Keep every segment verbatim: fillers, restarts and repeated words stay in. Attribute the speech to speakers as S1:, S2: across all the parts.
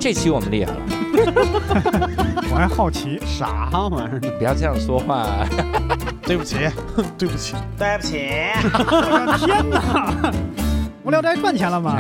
S1: 这期我们厉害了。
S2: 我还好奇啥玩意儿？
S1: 不要这样说话。
S2: 对不起，对不起，
S3: 对不起！
S2: 我的天哪！无聊斋赚钱了吗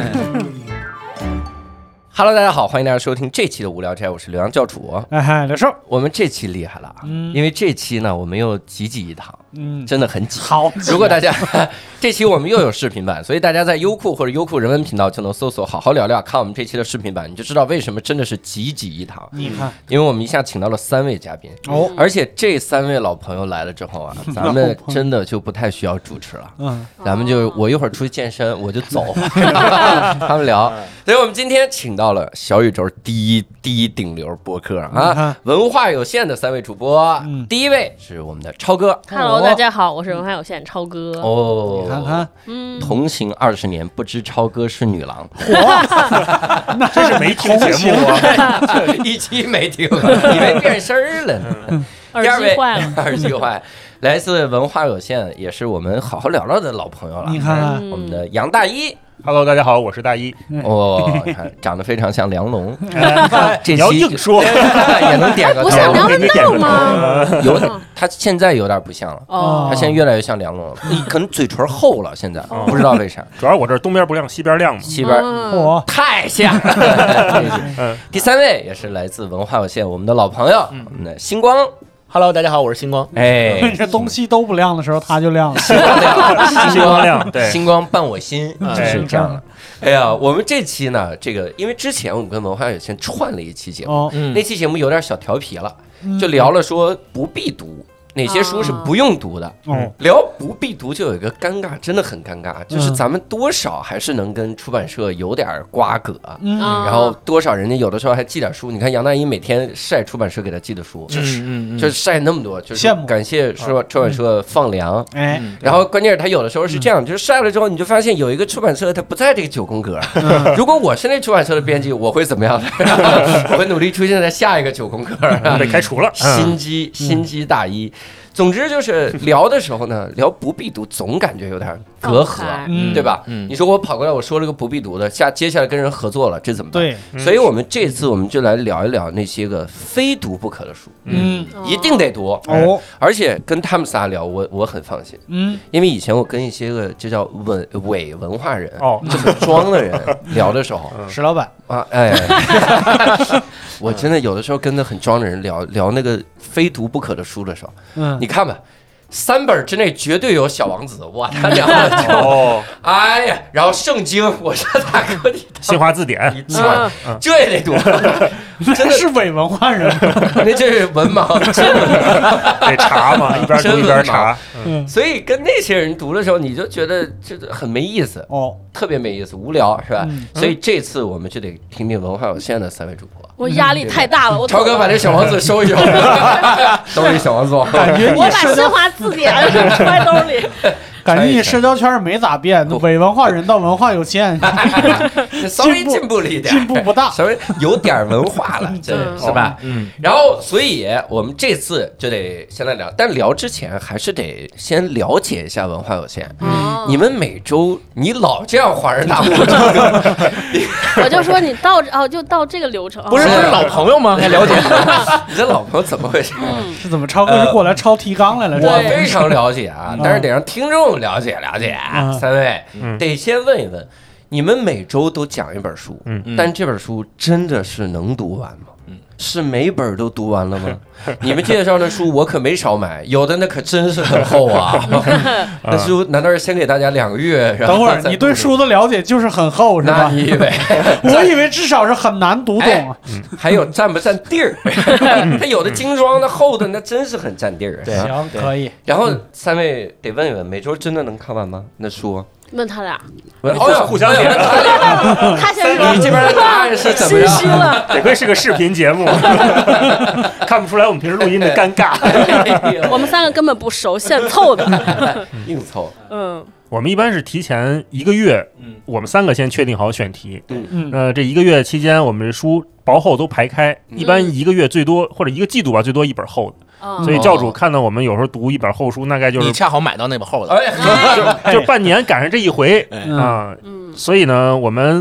S4: ？Hello， 大家好，欢迎大家收听这期的无聊斋，我是刘洋教主。
S2: 哎，刘寿，
S4: 我们这期厉害了，嗯，因为这期呢，我们又济济一堂，嗯，真的很挤。
S2: 好，
S4: 如果大家这期我们又有视频版，所以大家在优酷或者优酷人文频道就能搜索“好好聊聊”，看我们这期的视频版，你就知道为什么真的是济济一堂。
S2: 你看，
S4: 因为我们一下请到了三位嘉宾，哦，而且这三位老朋友来了之后啊，咱们真的就不太需要主持了，嗯，咱们就我一会儿出去健身，我就走，他们聊。所以我们今天请到了小宇宙第一第一顶流播客啊，文化有限的三位主播，嗯、第一位是我们的超哥
S5: ，Hello， 大家好，我是文化有限超哥。
S4: 哦，
S2: 你看看，
S5: 嗯，
S4: 同行二十年，不知超哥是女郎，
S3: 那这是没听节目啊，
S4: 一期没听，以为变身了呢。
S5: 第二位，
S4: 耳机坏，来自文化有限，也是我们好好聊聊的老朋友了。
S2: 你看看，
S4: 我们的杨大一。
S3: Hello， 大家好，我是大一。
S4: 哦，长得非常像梁龙。这
S3: 你要硬说
S4: 也能点个头。
S5: 不像梁文道吗？
S4: 有，他现在有点不像了。哦，他现在越来越像梁龙了，可能嘴唇厚了，现在不知道为啥。
S3: 主要我这东边不亮西边亮嘛。
S4: 西边
S2: 哇，
S4: 太像了。第三位也是来自文化有限，我们的老朋友，我们的星光。
S6: Hello， 大家好，我是星光。
S4: 哎，
S2: 这东西都不亮的时候，他就亮了。
S4: 星光亮，
S3: 星光亮，对，
S4: 星光伴我心，就是这样的。哎呀，我们这期呢，这个因为之前我们跟文化有限串了一期节目，那期节目有点小调皮了，就聊了说不必读。哪些书是不用读的？哦，聊不必读就有一个尴尬，真的很尴尬，就是咱们多少还是能跟出版社有点瓜葛，嗯，然后多少人家有的时候还寄点书。你看杨大一每天晒出版社给他寄的书，就是，就是晒那么多，就是感谢说出版社放粮，哎，然后关键是他有的时候是这样，就是晒了之后你就发现有一个出版社他不在这个九宫格，如果我是那出版社的编辑，我会怎么样？我会努力出现在下一个九宫格，
S3: 被开除了，
S4: 心机心机大一。总之就是聊的时候呢，聊不必读，总感觉有点隔阂，嗯、对吧？嗯、你说我跑过来，我说了个不必读的，下接下来跟人合作了，这怎么办？对，所以我们这次我们就来聊一聊那些个非读不可的书，嗯，一定得读哦。而且跟他们仨聊，我我很放心，嗯，因为以前我跟一些个就叫文伪文化人哦，就很装的人聊的时候，
S2: 石老板
S4: 啊，哎。我真的有的时候跟那很装的人聊聊那个非读不可的书的时候，嗯，你看吧，三本之内绝对有《小王子》，哇，他聊的就，哦，哎呀，然后圣经，我说大哥你
S3: 新华字典，
S4: 你这也得读，
S2: 真的是伪文化人，
S4: 那这是文盲，真的
S3: 得查嘛，一边读一边查，
S4: 嗯，所以跟那些人读的时候，你就觉得这很没意思哦，特别没意思，无聊是吧？所以这次我们就得听听文化有限的三位主播。
S5: 我压力太大了，我
S4: 超哥把这小王子收一收，收一小王子，
S2: 感觉你
S5: 我把新华字典揣兜里。
S2: 感觉你社交圈没咋变，伪文化人到文化有限，
S4: 稍微进步了一点，
S2: 进步不大，
S4: 稍微有点文化了，真的是吧？嗯。然后，所以我们这次就得先来聊，但聊之前还是得先了解一下文化有限。嗯。你们每周你老这样恍然大悟，
S5: 我就说你到哦，就到这个流程，
S6: 不是不是老朋友吗？还了解
S4: 你这老朋友怎么回事？
S2: 是怎么超哥是过来抄提纲来了？
S4: 我非常了解啊，但是得让听众了解了解，三位得先问一问，你们每周都讲一本书，但这本书真的是能读完吗？是每本都读完了吗？你们介绍的书我可没少买，有的那可真是很厚啊。那书难道是先给大家两个月？
S2: 等会儿你对书的了解就是很厚是吧？
S4: 那你以为？
S2: 我以为至少是很难读懂。
S4: 还有占不占地儿？它有的精装的厚的那真是很占地儿。
S2: 行，可以。
S4: 然后三位得问一问，每周真的能看完吗？那书？
S5: 问他俩，
S4: 哦，
S3: 互相点，
S5: 他先说，
S4: 你这边的答案是怎么样？
S3: 得亏是个视频节目，看不出来我们平时录音的尴尬。
S5: 我们三个根本不熟，现凑的，
S4: 硬凑。
S5: 嗯，
S3: 我们一般是提前一个月，我们三个先确定好选题。嗯，呃，这一个月期间，我们书薄厚都排开，一般一个月最多或者一个季度吧，最多一本厚的。所以教主看到我们有时候读一本厚书，大概就是
S6: 你恰好买到那本厚的，
S3: 就就半年赶上这一回啊。所以呢，我们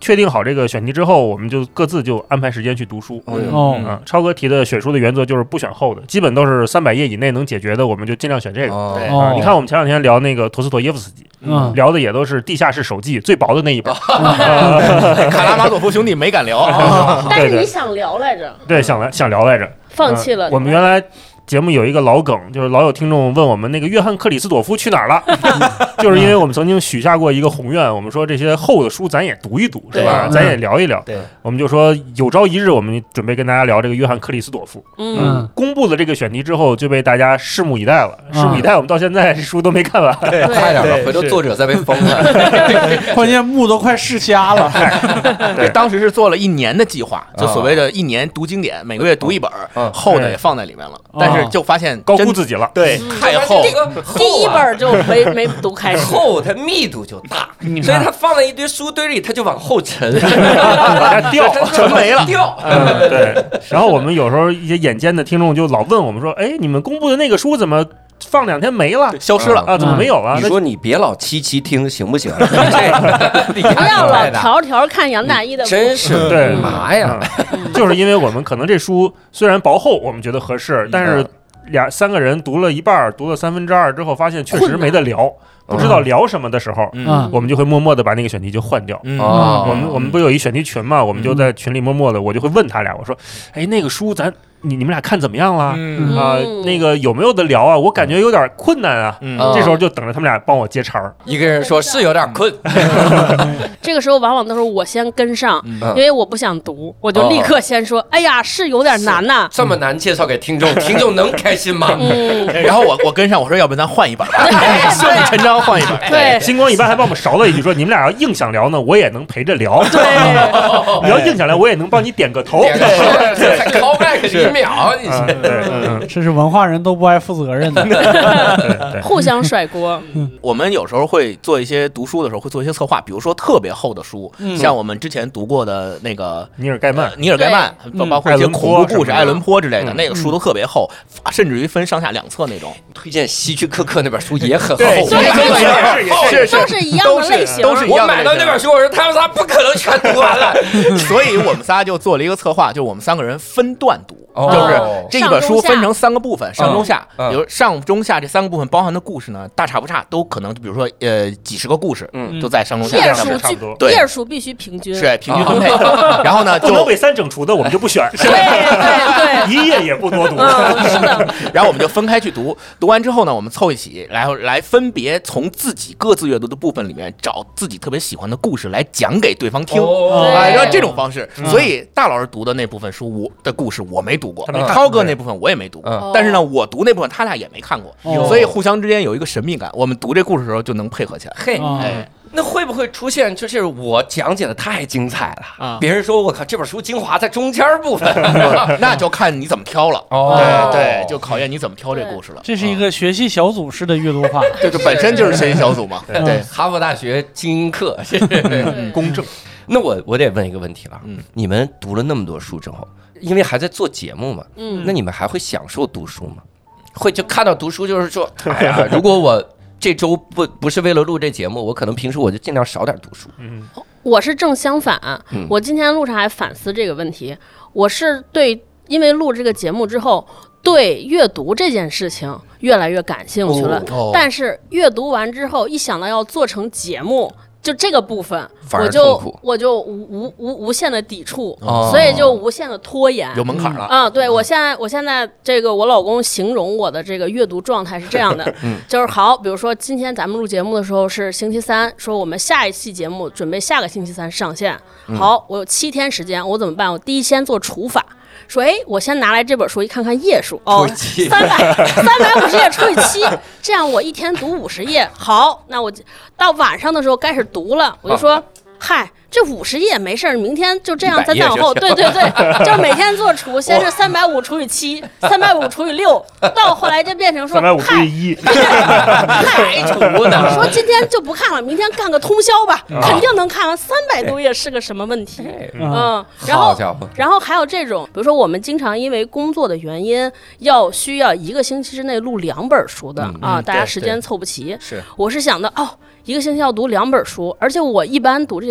S3: 确定好这个选题之后，我们就各自就安排时间去读书。
S2: 哦，
S3: 啊，超哥提的选书的原则就是不选厚的，基本都是三百页以内能解决的，我们就尽量选这个。
S4: 哦
S3: 对啊，你看我们前两天聊那个陀思妥耶夫斯基，嗯，聊的也都是地下室手记最薄的那一本。
S6: 卡拉马佐夫兄弟没敢聊，
S5: 但是你想聊来着，
S3: 对，想来想聊来着，
S5: 放弃了。
S3: 我们原来。节目有一个老梗，就是老有听众问我们那个约翰克里斯朵夫去哪儿了，就是因为我们曾经许下过一个宏愿，我们说这些厚的书咱也读一读，是吧？咱也聊一聊。对，我们就说有朝一日我们准备跟大家聊这个约翰克里斯朵夫。嗯，公布了这个选题之后，就被大家拭目以待了。拭目以待，我们到现在这书都没看完，
S4: 对，快点吧，回头作者再被封了。
S2: 关键目都快视瞎了。
S6: 对，当时是做了一年的计划，就所谓的一年读经典，每个月读一本，厚的也放在里面了，但是。就发现
S3: 高估自己了，
S6: 对，太厚，
S5: 第一本就没没读开始，
S4: 厚它密度就大，所以它放在一堆书堆里，它就往后沉，
S3: 往下掉，
S6: 沉没了，
S4: 掉。
S3: 对，然后我们有时候一些眼尖的听众就老问我们说，哎，你们公布的那个书怎么？放两天没了，
S6: 消失了
S3: 啊？怎么没有了？
S4: 你说你别老期期听行不行？
S5: 不要老条条看杨大一的，
S4: 真是
S3: 对
S4: 嘛呀！
S3: 就是因为我们可能这书虽然薄厚，我们觉得合适，但是俩三个人读了一半，读了三分之二之后，发现确实没得聊。不知道聊什么的时候，嗯，我们就会默默的把那个选题就换掉。
S6: 嗯，
S3: 我们我们不有一选题群嘛，我们就在群里默默的，我就会问他俩，我说，哎，那个书咱你你们俩看怎么样了？
S6: 嗯
S3: 啊，那个有没有的聊啊？我感觉有点困难啊。
S6: 嗯，
S3: 这时候就等着他们俩帮我接茬儿。
S4: 一个人说是有点困，
S5: 这个时候往往都是我先跟上，因为我不想读，我就立刻先说，哎呀，是有点难呐。
S4: 这么难介绍给听众，听众能开心吗？
S5: 嗯，
S6: 然后我我跟上，我说要不咱换一本吧，顺理成章换一本。
S5: 对，
S3: 星光一般还帮我们勺了一句说，你们俩要硬想聊呢，我也能陪着聊。
S5: 对，
S3: 你要硬想聊，我也能帮你点个头。
S4: 还 call back 一秒，你是。
S3: 对，
S2: 这是文化人都不爱负责任的，
S5: 互相甩锅。
S6: 我们有时候会做一些读书的时候，会做一些策划，比如说特别厚的书，像我们之前读过的那个
S3: 尼尔盖曼，
S6: 尼尔盖曼，包括一些恐怖故事，爱伦坡之类的，那个书都特别厚，甚至于分上下两册那种。
S4: 推荐希区柯克那本书也很厚，
S5: 是是都是一样的类型，
S6: 都是一样的。
S4: 我买到那本书，我说他们仨不可能全读完了，
S6: 所以我们仨就做了一个策划，就是我们三个人分段读，就是这一本书分成三个部分，上中下，比如上中下这三个部分包含的故事呢，大差不差，都可能比如说呃几十个故事，嗯，都在上中下
S5: 页数
S3: 差不多，
S5: 对，页数必须平均，
S6: 是平均分配。然后呢，
S3: 不能伪三整除的我们就不选，
S5: 对对对，
S3: 一页也不多读，
S5: 是的。
S6: 然后我们就分开去读，读完之后呢，我们凑一起，然后来分别从自己各自阅读的部分里面找自己特别喜欢的故事来讲给对方听，啊，然后这种方式。所以大老师读的那部分书，我的故事我没读过，涛哥那部分我也没读过，但是呢，我读那部分他俩也没看过，所以互相之间有一个神秘感。我们读这故事的时候就能配合起来。
S4: 嘿，哎。那会不会出现就是我讲解的太精彩了啊？别人说我靠这本书精华在中间部分，
S6: 那就看你怎么挑了。
S4: 哦，
S6: 对对，就考验你怎么挑这故事了。
S2: 这是一个学习小组式的阅读法，
S6: 这就本身就是学习小组嘛。
S4: 对，哈佛大学精英课，公正。那我我得问一个问题了，嗯，你们读了那么多书之后，因为还在做节目嘛，嗯，那你们还会享受读书吗？会就看到读书就是说，哎呀，如果我这周不不是为了录这节目，我可能平时我就尽量少点读书。
S5: 嗯，我是正相反，嗯、我今天路上还反思这个问题。我是对，因为录这个节目之后，对阅读这件事情越来越感兴趣了。哦哦、但是阅读完之后，一想到要做成节目。就这个部分，我就我就无无无无限的抵触，哦、所以就无限的拖延，
S6: 有门槛了。
S5: 啊、嗯，对我现在我现在这个我老公形容我的这个阅读状态是这样的，嗯、就是好，比如说今天咱们录节目的时候是星期三，说我们下一期节目准备下个星期三上线，好，我有七天时间，我怎么办？我第一先做除法。说哎，我先拿来这本书一看看页数哦，三百三百五十页除以七，这样我一天读五十页。好，那我到晚上的时候开始读了，我就说，嗨。这五十页没事儿，明天就这样再再往后，对对对，就是每天做除，先是三百五除以七，三百五除以六，到后来就变成说
S3: 三百五除以一，
S4: 还除呢。
S5: 说今天就不看了，明天干个通宵吧，肯定能看完三百多页是个什么问题？嗯，然后然后还有这种，比如说我们经常因为工作的原因，要需要一个星期之内录两本书的啊，大家时间凑不齐。
S6: 是，
S5: 我是想的哦。一个星期要读两本书，而且我一般读这些书都得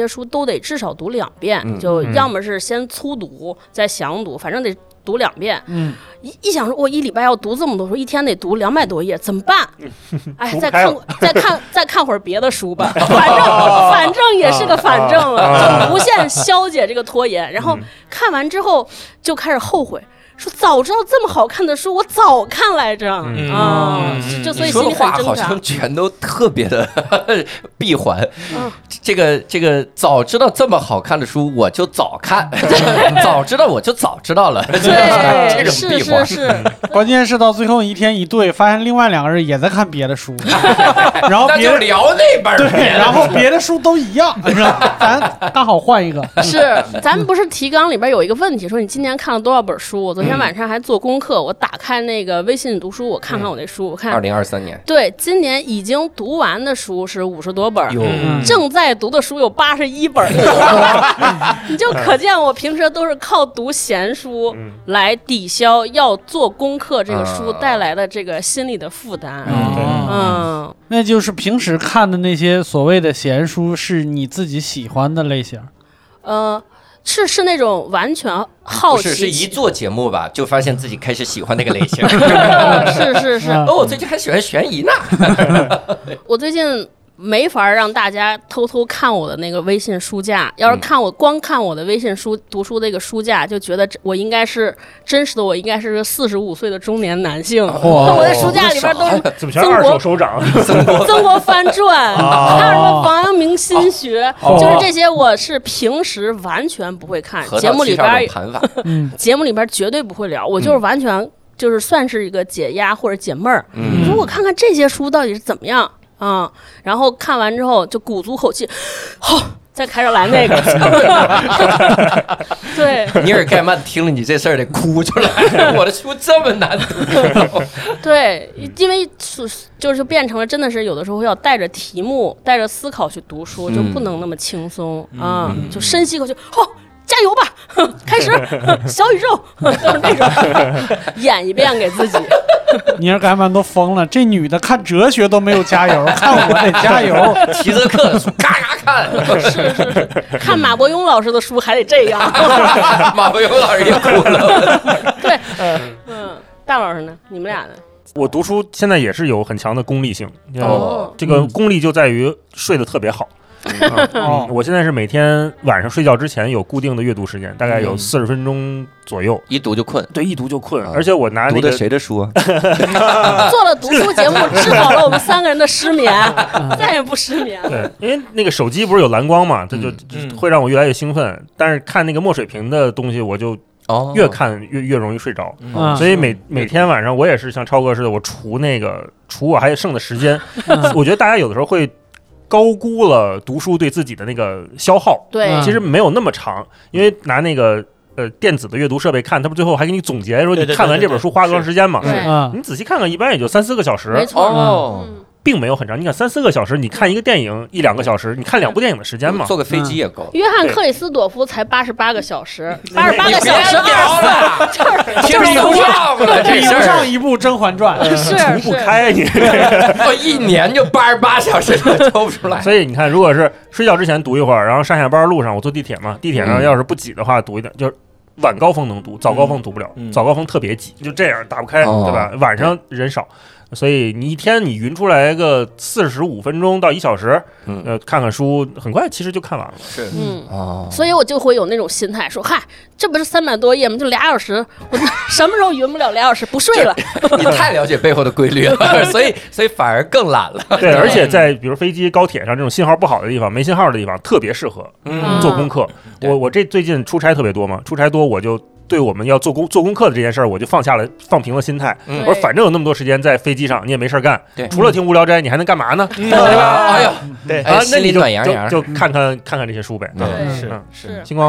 S5: 得至少读两遍，嗯、就要么是先粗读再详读，反正得读两遍。嗯，一一想说，我一礼拜要读这么多书，一天得读两百多页，怎么办？哎，再看再看再看会儿别的书吧，反正反正也是个反正了，就无限消解这个拖延。然后看完之后就开始后悔。说早知道这么好看的书，我早看来着啊！嗯嗯、就所以心里很挣扎。
S4: 说的话好像全都特别的闭环。嗯、这个这个，早知道这么好看的书，我就早看；早知道我就早知道了。
S5: 对，
S4: 这种闭环。
S5: 是是是。
S2: 关键是到最后一天一对，发现另外两个人也在看别的书，然后别
S4: 就聊那本
S2: 对，然后别的书都一样，咱刚好换一个。
S5: 是，咱们不是提纲里边有一个问题，说你今年看了多少本书？我昨天。今天晚上还做功课，我打开那个微信读书，我看看我那书，我看
S4: 二零二三年，
S5: 对，今年已经读完的书是五十多本，正在读的书有八十一本，你就可见我平时都是靠读闲书来抵消要做功课这个书带来的这个心理的负担。嗯，
S2: 嗯那就是平时看的那些所谓的闲书，是你自己喜欢的类型？
S5: 呃。是是那种完全好奇，
S4: 不是是一做节目吧，就发现自己开始喜欢那个类型。
S5: 是是是，
S4: 哦，我最近还喜欢悬疑呢。
S5: 我最近没法让大家偷偷看我的那个微信书架，要是看我光看我的微信书读书那个书架，就觉得我应该是真实的，我应该是个四十五岁的中年男性。我的书架里边都是
S3: 怎么全二手手掌？
S5: 曾国藩传，还有什么王阳明心学，就是这些，我是平时完全不会看，节目里边节目里边绝对不会聊，我就是完全就是算是一个解压或者解闷儿。你说我看看这些书到底是怎么样？嗯，然后看完之后就鼓足口气，好、哦，再开始来那个。对，
S4: 尼尔盖曼听了你这事儿得哭出来，我的书这么难读。
S5: 对，因为就是变成了真的是有的时候要带着题目、带着思考去读书，就不能那么轻松啊、嗯嗯，就深吸一口气，好、哦。加油吧，开始小宇宙，就是那种演一遍给自己。
S2: 尼尔盖曼都疯了，这女的看哲学都没有加油，看我得加油。
S4: 齐泽克的书嘎嘎看，
S5: 是是是，看马伯庸老师的书还得这样。
S4: 马伯庸老师也哭了。
S5: 对，嗯，大老师呢？你们俩呢？
S3: 我读书现在也是有很强的功利性，哦，这个功利就在于睡得特别好。嗯、我现在是每天晚上睡觉之前有固定的阅读时间，大概有四十分钟左右，
S4: 一读就困。
S3: 对，一读就困。而且我拿那个
S4: 读的谁的书啊？
S5: 做了读书节目，治好了我们三个人的失眠，再也不失眠了。
S3: 对，因为那个手机不是有蓝光嘛，它就、嗯、会让我越来越兴奋。但是看那个墨水屏的东西，我就越看越越容易睡着。嗯、所以每每天晚上我也是像超哥似的，我除那个除我还剩的时间，嗯、我觉得大家有的时候会高估了读书对自己的那个消耗，
S5: 对，
S3: 其实没有那么长，因为拿那个呃电子的阅读设备看，它不最后还给你总结说你看完这本书花多长时间嘛？
S5: 对，
S3: 你仔细看看，一般也就三四个小时，
S5: 没错，
S3: 哦。嗯并没有很长，你看三四个小时，你看一个电影一两个小时，你看两部电影的时间嘛？
S4: 坐个飞机也够。
S5: 约翰克里斯朵夫才八十八个小时，八十八个小时二四，就是
S4: 比不上了，
S2: 比不上一部《甄嬛传》，
S5: 是
S3: 除不开你，
S4: 我一年就八十八小时都抽不出来。
S3: 所以你看，如果是睡觉之前读一会儿，然后上下班路上我坐地铁嘛，地铁上要是不挤的话，读一点就是。晚高峰能读，早高峰读不了，嗯、早高峰特别挤，就这样打不开，哦、对吧？晚上人少，所以你一天你匀出来个四十五分钟到一小时，嗯、呃，看看书，很快其实就看完了。
S4: 是，
S5: 嗯，哦，所以我就会有那种心态，说，嗨，这不是三百多页吗？就俩小时，我什么时候匀不了俩小时？不睡了。
S4: 你太了解背后的规律了，所以所以反而更懒了。
S3: 对，而且在比如飞机、高铁上这种信号不好的地方、没信号的地方，特别适合做功课。嗯、我我这最近出差特别多嘛，出差多我就。对我们要做功做功课的这件事儿，我就放下了放平了心态。嗯、我说反正有那么多时间在飞机上，你也没事干，除了听无聊斋，你还能干嘛呢？嗯、对吧？
S4: 哎呀，
S3: 对啊，那你就就就看看看看这些书呗。
S4: 对，
S3: 是
S4: 是。
S3: 星光呢？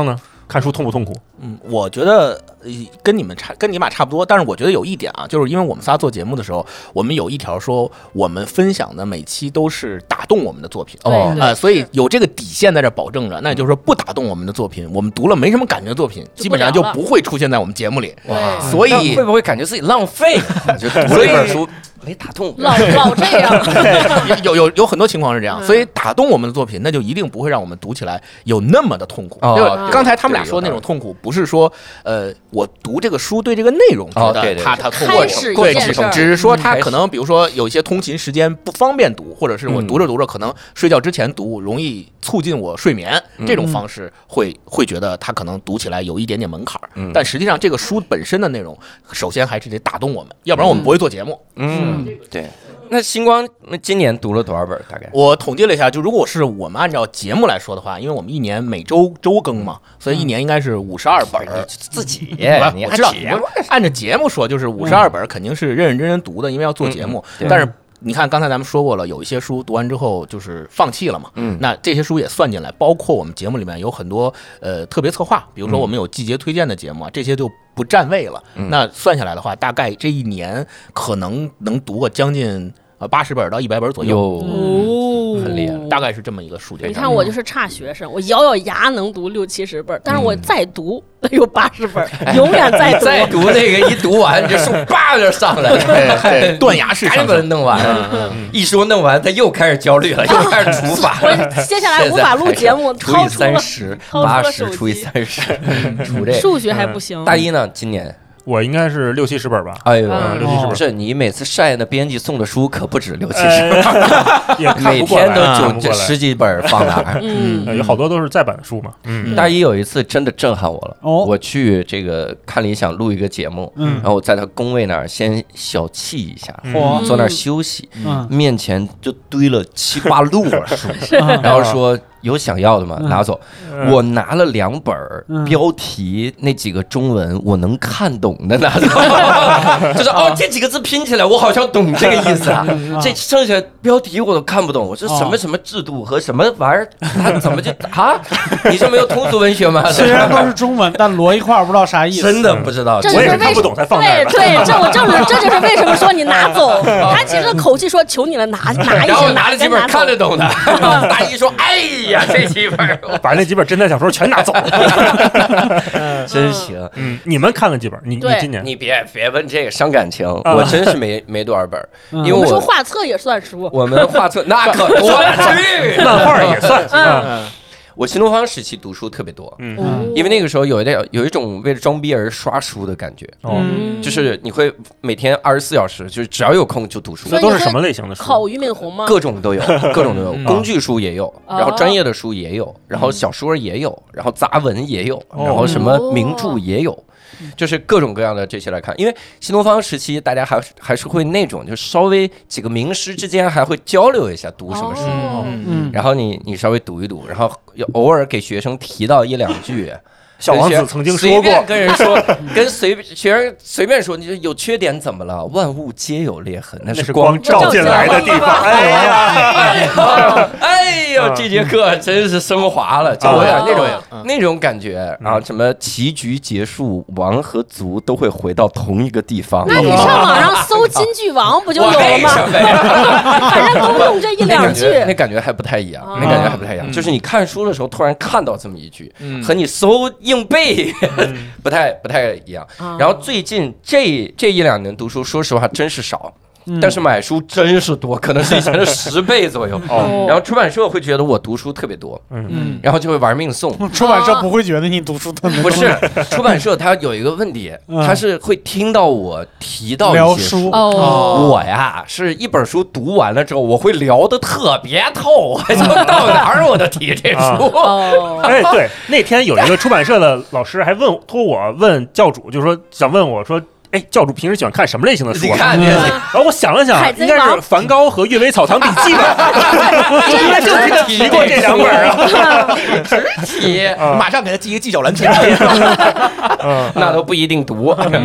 S3: 看书痛不痛苦？
S6: 嗯，我觉得跟你们差，跟你俩差不多。但是我觉得有一点啊，就是因为我们仨做节目的时候，我们有一条说，我们分享的每期都是打动我们的作品。
S5: 哦，
S6: 呃，所以有这个底线在这保证着。那也就是说，不打动我们的作品，我们读了没什么感觉的作品，基本上就不会出现在我们节目里。
S5: 哇，
S6: 所以
S4: 会不会感觉自己浪费？就读了一本书。没打动，
S5: 老老这样，
S6: 有有有很多情况是这样，所以打动我们的作品，那就一定不会让我们读起来有那么的痛苦。
S4: 哦，
S6: 刚才他们俩说那种痛苦，不是说呃我读这个书对这个内容觉得他他痛过程，对，只是说他可能比如说有一些通勤时间不方便读，或者是我读着读着可能睡觉之前读容易促进我睡眠，这种方式会会觉得他可能读起来有一点点门槛。但实际上这个书本身的内容，首先还是得打动我们，要不然我们不会做节目。
S4: 嗯。嗯，对。那星光今年读了多少本？大概
S6: 我统计了一下，就如果是我们按照节目来说的话，因为我们一年每周周更嘛，所以一年应该是五十二本。
S4: 嗯、自己，
S6: 我知道，按照节目说就是五十二本，肯定是认认真真读的，因为要做节目。嗯、但是你看，刚才咱们说过了，有一些书读完之后就是放弃了嘛。嗯，那这些书也算进来，包括我们节目里面有很多呃特别策划，比如说我们有季节推荐的节目啊，这些就不占位了。嗯、那算下来的话，大概这一年可能能读个将近呃八十本到一百本左右。
S5: 哦，
S6: 很厉害，大概是这么一个数据。
S5: 你看我就是差学生，我咬咬牙能读六七十本，但是我再读。有八十分，永远在读。
S4: 再读那个一读完，这书叭就上来了，
S6: 断崖式
S4: 赶紧弄完。一说弄完，他又开始焦虑了，又开始除法。
S5: 我接下来无法录节目，
S4: 除以三十，八十除以三十，除这
S5: 数学还不行。
S4: 大一呢，今年。
S3: 我应该是六七十本吧。
S4: 哎呦，
S3: 嗯、六七十本。
S4: 不是你每次晒的编辑送的书可不止六七十本，呃、每天都就十几本放哪儿？
S3: 嗯，有好多都是再版的书嘛。嗯，
S4: 大一有一次真的震撼我了。
S2: 哦，
S4: 我去这个看理想录一个节目，嗯，然后我在他工位那儿先小憩一下，嗯、坐那儿休息，嗯，面前就堆了七八摞书，然后说。有想要的吗？拿走。嗯、我拿了两本标题、嗯、那几个中文我能看懂的拿走，就是哦这几个字拼起来我好像懂这个意思啊，嗯、这剩下标题我都看不懂，我说什么什么制度和什么玩意儿，他怎么就啊？你是没有通俗文学吗？
S2: 虽然都是中文，但摞一块不知道啥意思，
S4: 真的不知道，
S2: 嗯、
S3: 我也是看不懂才放那儿。
S5: 对对，这我正是这就是为什么说你拿走，他其实口气说求你了，拿拿一些，
S4: 然后拿了几本看得懂的，大一说哎呀。这几本，
S3: 把那几本侦探小说全拿走，
S4: 真行。
S3: 嗯，你们看了几本？你你今年？
S4: 你别别问这个伤感情，我真是没没多少本，因为
S5: 我们说画册也算书，
S4: 我们画册那可多了去，
S3: 漫画也算。嗯。
S4: 我新东方时期读书特别多，嗯，因为那个时候有一点有一种为了装逼而刷书的感觉，嗯，就是你会每天二十四小时，就是只要有空就读书。
S3: 这都是什么类型的书？
S5: 考俞敏洪吗？
S4: 各种都有，各种都有，工具书也有，然后专业的书也有，然后小说也有，然后杂文也有，然后什么名著也有。就是各种各样的这些来看，因为新东方时期大家还是还是会那种，就稍微几个名师之间还会交流一下读什么书，哦嗯、然后你你稍微读一读，然后偶尔给学生提到一两句。
S3: 小王子曾经说过，
S4: 随便跟人说，跟随学生随便说，你就有缺点怎么了？万物皆有裂痕，那是光照进来的地方。哎呀，哎呀，哎呦，这节课真是升华了，就有点那种那种感觉。然后什么棋局结束，王和卒都会回到同一个地方。
S5: 那你上网上搜金句王不就有了吗？反正都用这一两句，
S4: 那感觉还不太一样，那感觉还不太一样。就是你看书的时候突然看到这么一句，和你搜。硬背不太不太一样，然后最近这这一两年读书，说实话真是少。但是买书真是多，可能是以前的十倍左右。哦，然后出版社会觉得我读书特别多，嗯，然后就会玩命送。
S2: 出版社不会觉得你读书特别多。
S4: 不是，出版社它有一个问题，它是会听到我提到一些书。
S5: 哦，
S4: 我呀是一本书读完了之后，我会聊得特别透，就到哪儿我都提这书。
S5: 哦，
S3: 哎，对，那天有一个出版社的老师还问托我问教主，就是说想问我说。哎，教主平时喜欢看什么类型的书、啊？
S4: 你看，
S3: 然后我想了想，应该是梵高和《阅微草堂笔记》吧，应该就提过这两本啊。
S4: 直提，
S6: 马上给他寄一个纪晓岚全集，
S4: 那都不一定读。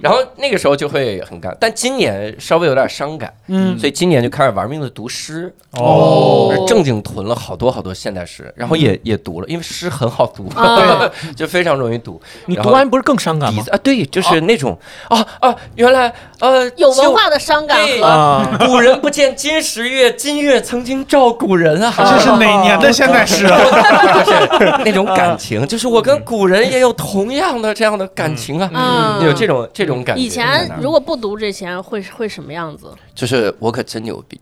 S4: 然后那个时候就会很干，但今年稍微有点伤感，嗯，所以今年就开始玩命的读诗，哦，正经囤了好多好多现代诗，然后也也读了，因为诗很好读，就非常容易读。
S6: 你读完不是更伤感吗？
S4: 啊，对，就是那种啊啊，原来呃
S5: 有文化的伤感
S4: 和古人不见今时月，今月曾经照古人啊，
S2: 这是哪年的现代诗啊？
S4: 就是那种感情，就是我跟古人也有同样的这样的感情啊，嗯，有这种这种感觉。
S5: 以前如果不读这些，会会什么样子？
S4: 就是我可真牛逼，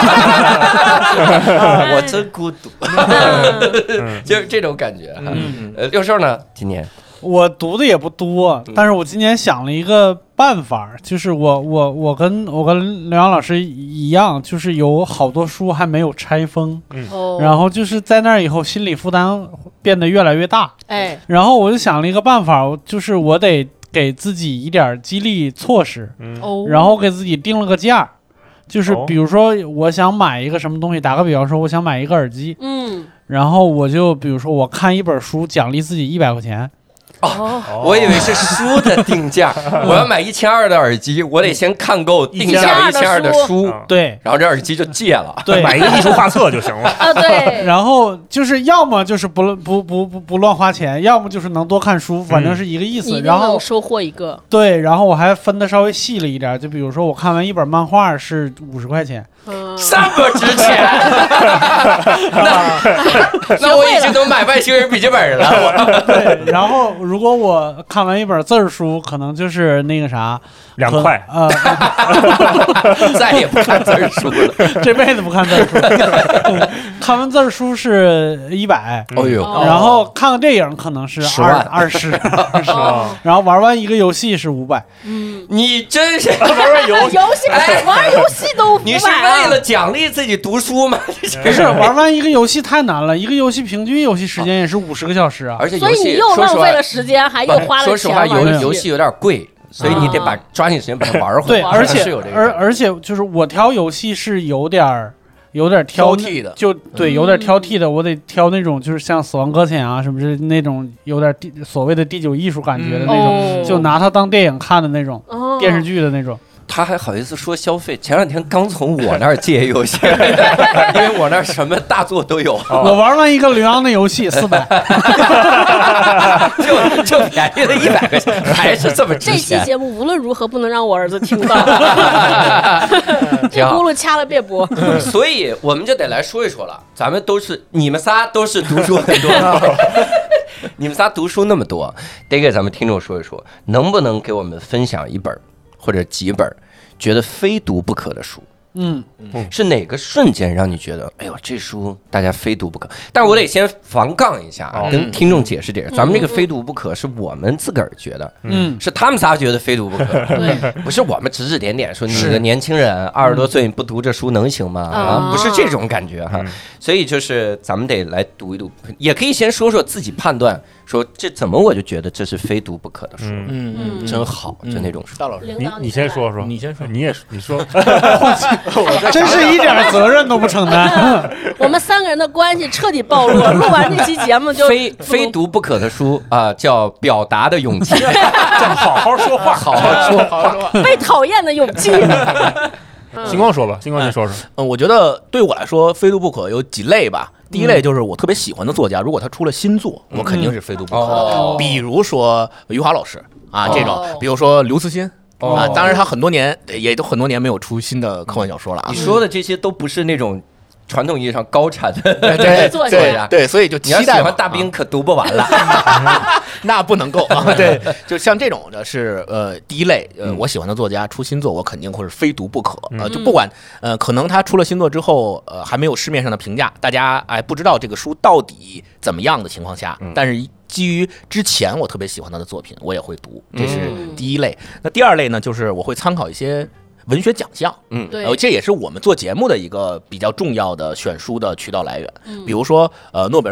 S4: 我真孤独，就是这种感觉。呃，六兽呢？今年
S2: 我读的也不多，但是我今年想了一个办法，就是我我我跟我跟刘洋老师一样，就是有好多书还没有拆封，嗯，然后就是在那儿以后心理负担变得越来越大，哎，然后我就想了一个办法，就是我得给自己一点激励措施，嗯，然后给自己定了个价。就是比如说我想买一个什么东西，打个比方说我想买一个耳机，嗯，然后我就比如说我看一本书奖励自己一百块钱。
S4: 哦，我以为是书的定价，我要买一千二的耳机，我得先看够定价一千二的书，
S2: 对，
S4: 然后这耳机就戒了，
S2: 对，
S3: 买一个艺术画册就行了
S5: 啊，对，
S2: 然后就是要么就是不不不不不乱花钱，要么就是能多看书，反正是一个意思，然后
S5: 收获一个，
S2: 对，然后我还分的稍微细了一点，就比如说我看完一本漫画是五十块钱。
S4: 嗯，这么值钱，那那我已经能买外星人笔记本了。
S2: 对，然后如果我看完一本字儿书，可能就是那个啥，
S3: 两块
S2: 啊，
S4: 再也不看字儿书了，
S2: 这辈子不看字儿书。看完字儿书是一百，
S4: 哦呦，
S2: 然后看个电影可能是二二十，然后玩完一个游戏是五百。
S5: 嗯，
S4: 你真是
S3: 玩玩游
S5: 戏，游戏玩游戏都五百。
S4: 你是为了奖励自己读书吗？
S2: 不是，玩完一个游戏太难了，一个游戏平均游戏时间也是五十个小时啊，
S4: 而且
S5: 所以你又浪费了时间，还又花了钱。
S4: 说实话，游游戏有点贵。所以你得把抓紧时间把它玩回来。
S2: 对，而且而而且就是我挑游戏是有点儿有点挑
S6: 剔的，
S2: 就对，有点挑剔的，我得挑那种就是像《死亡搁浅》啊，是不是那种有点第所谓的第九艺术感觉的那种，就拿它当电影看的那种，电视剧的那种。
S4: 他还好意思说消费？前两天刚从我那儿借游戏，因为我那儿什么大作都有。
S2: 我玩完一个刘洋的游戏四百，
S4: 就就便宜了一百块钱，还是这么值钱。
S5: 这期节目无论如何不能让我儿子听到，这轱辘掐了别播。
S4: 所以我们就得来说一说了，咱们都是你们仨都是读书很多，你们仨读书那么多，得给咱们听众说一说，能不能给我们分享一本？或者几本觉得非读不可的书，嗯，是哪个瞬间让你觉得，哎呦，这书大家非读不可？但是我得先防杠一下，嗯、跟听众解释解释，咱们这个非读不可是我们自个儿觉得，嗯，是他们仨觉得非读不可，不是我们指指点点说你个年轻人二十多岁你不读这书能行吗？啊，不是这种感觉哈，所以就是咱们得来读一读，也可以先说说自己判断。说这怎么我就觉得这是非读不可的书，嗯嗯，真好，就那种书。
S6: 大老师，
S3: 你你先说说，
S6: 你先说，
S3: 你也你说，
S2: 真是一点责任都不承担。
S5: 我们三个人的关系彻底暴露，录完这期节目就
S4: 非非读不可的书啊，叫《表达的勇气》，
S3: 叫好好说话，
S4: 好好说话，
S5: 被讨厌的勇气。
S3: 星光说吧，星光先说说。
S6: 嗯，我觉得对我来说，非读不可有几类吧。第一类就是我特别喜欢的作家，如果他出了新作，我肯定是非读不可的。嗯、比如说余华老师啊，这种，比如说刘慈欣。啊，当然他很多年也都很多年没有出新的科幻小说了啊。
S4: 你说的这些都不是那种传统意义上高产的
S6: 对作家，对，所以就期待
S4: 喜欢大兵可读不完了，
S6: 那不能够啊。对，就像这种的是呃第一类，呃我喜欢的作家出新作，我肯定会是非读不可。呃，就不管呃可能他出了新作之后，呃还没有市面上的评价，大家哎不知道这个书到底怎么样的情况下，但是基于之前我特别喜欢他的作品，我也会读，这是第一类。那第二类呢，就是我会参考一些文学奖项，嗯，对、呃，这也是我们做节目的一个比较重要的选书的渠道来源。嗯、比如说，呃，诺贝尔奖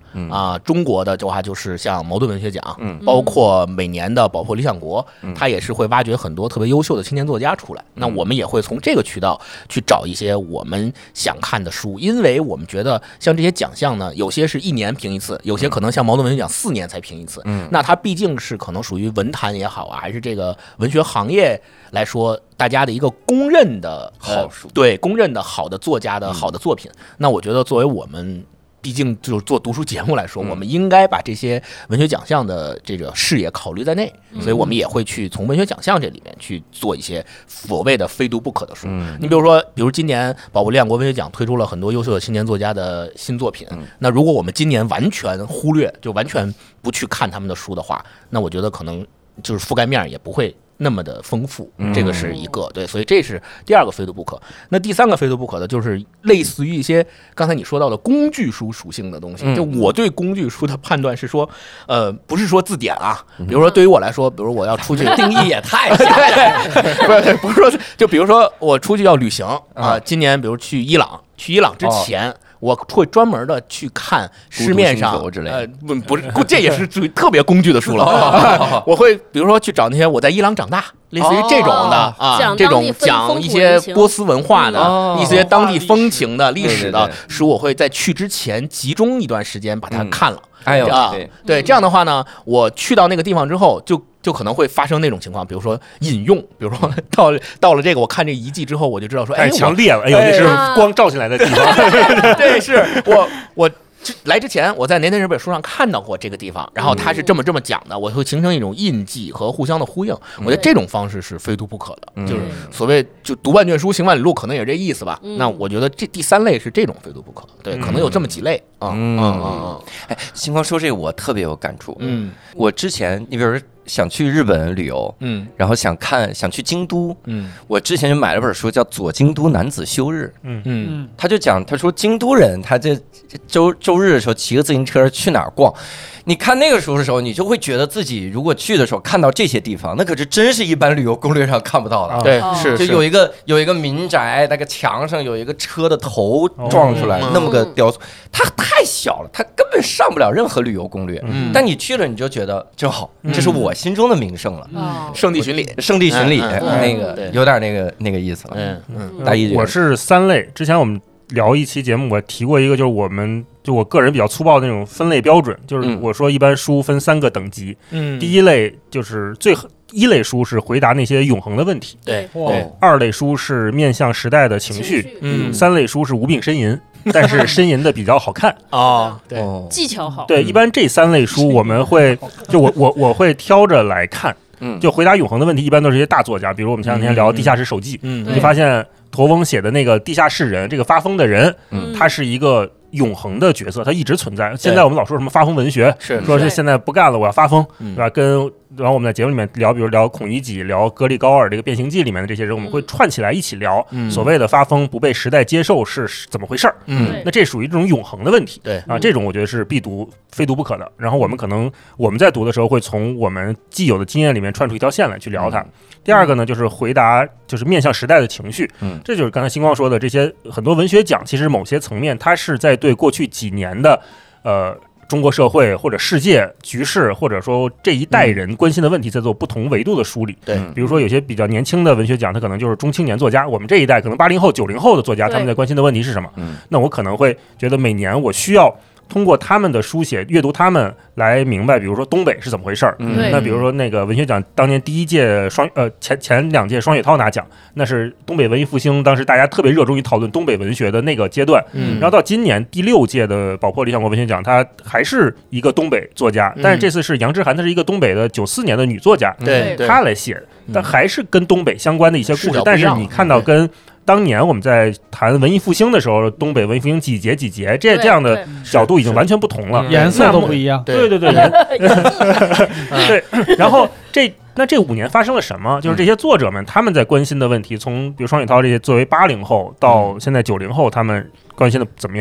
S6: 啊、呃，中国的话就是像茅盾文学奖，嗯，包括每年的宝珀理想国，嗯，它也是会挖掘很多特别优秀的青年作家出来。嗯、那我们也会从这个渠道去找一些我们想看的书，因为我们觉得像这些奖项呢，有些是一年评一次，有些可能像茅盾文学奖四年才评一次。嗯，那它毕竟是可能属于文坛也好啊，还是这个文学行业来说，大家的一个公认的
S4: 好书，呃、
S6: 对公认的好的作家的好的作品。嗯、那我觉得作为我们毕竟就是做读书节目来说，嗯、我们应该把这些文学奖项的这个视野考虑在内，嗯、所以我们也会去从文学奖项这里面去做一些所谓的非读不可的书。嗯、你比如说，比如今年宝珀理想国文学奖推出了很多优秀的青年作家的新作品，嗯、那如果我们今年完全忽略，就完全不去看他们的书的话，那我觉得可能就是覆盖面也不会那么的丰富，这个是一个对，所以这是第二个非读不可。那第三个非读不可的就是类似于一些刚才你说到的工具书属性的东西。就我对工具书的判断是说，呃，不是说字典啊，比如说对于我来说，比如我要出去，
S4: 定义也太
S6: 对，不是说就比如说我出去要旅行啊，今年比如去伊朗，去伊朗之前。我会专门的去看市面上，呃，不不是，这也是属于特别工具的书了。我会比如说去找那些我在伊朗长大，类似于这种的啊，这种讲一些波斯文化的、一些当地风情的历史的书，我会在去之前集中一段时间把它看了。
S4: 哎呦
S6: 啊，对，这样的话呢，我去到那个地方之后就。就可能会发生那种情况，比如说引用，比如说到到了这个，我看这遗迹之后，我就知道说，哎，
S3: 墙裂了，哎呦，那是光照进来的地方。
S6: 对，是我我来之前，我在哪哪哪本书上看到过这个地方，然后他是这么这么讲的，我会形成一种印记和互相的呼应。我觉得这种方式是非读不可的，嗯、就是所谓就读万卷书，行万里路，可能也是这意思吧。嗯、那我觉得这第三类是这种非读不可，对，可能有这么几类啊。嗯嗯嗯。
S4: 哎，星光说这个我特别有感触。嗯，我之前你比如说。想去日本旅游，嗯，然后想看想去京都，嗯，我之前就买了本书叫《左京都男子休日》，嗯嗯，他就讲他说京都人他这周周日的时候骑个自行车去哪儿逛。你看那个书的时候，你就会觉得自己如果去的时候看到这些地方，那可是真是一般旅游攻略上看不到的。
S6: 对，是
S4: 就有一个有一个民宅，那个墙上有一个车的头撞出来，哦、那么个雕塑，它太小了，它根本上不了任何旅游攻略。嗯、但你去了，你就觉得真好，嗯、这是我心中的名胜了。
S6: 嗯、圣地巡礼，
S4: 圣地巡礼，嗯嗯、那个有点那个那个意思了。嗯
S3: 嗯，大一我是三类，之前我们聊一期节目，我提过一个，就是我们。就我个人比较粗暴的那种分类标准，就是我说一般书分三个等级，嗯，第一类就是最一类书是回答那些永恒的问题，
S6: 对
S3: 对，二类书是面向时代的情绪，嗯，三类书是无病呻吟，但是呻吟的比较好看
S6: 啊，对，
S5: 技巧好，
S3: 对，一般这三类书我们会就我我我会挑着来看。嗯，就回答永恒的问题，一般都是一些大作家，比如我们前两天聊《地下室手记》，嗯，你就发现驼翁写的那个地下室人，这个发疯的人，嗯，他是一个永恒的角色，他一直存在。现在我们老说什么发疯文学，
S6: 是
S3: 说是现在不干了，我要发疯，对吧？跟然后我们在节目里面聊，比如聊孔乙己、聊格里高尔这个《变形记》里面的这些人，我们会串起来一起聊，嗯、所谓的发疯不被时代接受是怎么回事儿？嗯，那这属于这种永恒的问题，
S6: 对
S3: 啊，这种我觉得是必读、非读不可的。然后我们可能我们在读的时候，会从我们既有的经验里面串出一条线来去聊它。嗯、第二个呢，就是回答，就是面向时代的情绪，嗯，这就是刚才星光说的这些很多文学奖，其实某些层面它是在对过去几年的，呃。中国社会或者世界局势，或者说这一代人关心的问题，在做不同维度的梳理。
S6: 对，
S3: 比如说有些比较年轻的文学奖，它可能就是中青年作家。我们这一代可能八零后、九零后的作家，他们在关心的问题是什么？那我可能会觉得每年我需要通过他们的书写，阅读他们来明白，比如说东北是怎么回事儿。嗯、那比如说那个文学奖当年第一届双呃前前两届双雪涛拿奖，那是东北文艺复兴，当时大家特别热衷于讨论东北文学的那个阶段。嗯、然后到今年第六届的宝珀理想国文学奖，他还是一个东北作家，但是这次是杨之涵，她是一个东北的九四年的女作家，
S6: 对，
S3: 她来写，但还是跟东北相关的一些故事，但是你看到跟。当年我们在谈文艺复兴的时候，东北文艺复兴几节几节，这这样的角度已经完全不同了，
S2: 颜色都不一样。
S3: 对对对，对。然后这那这五年发生了什么？就是这些作者们他们在关心的问题，从比如双雪涛这些作为八零后到现在九零后，他们关心的怎么样？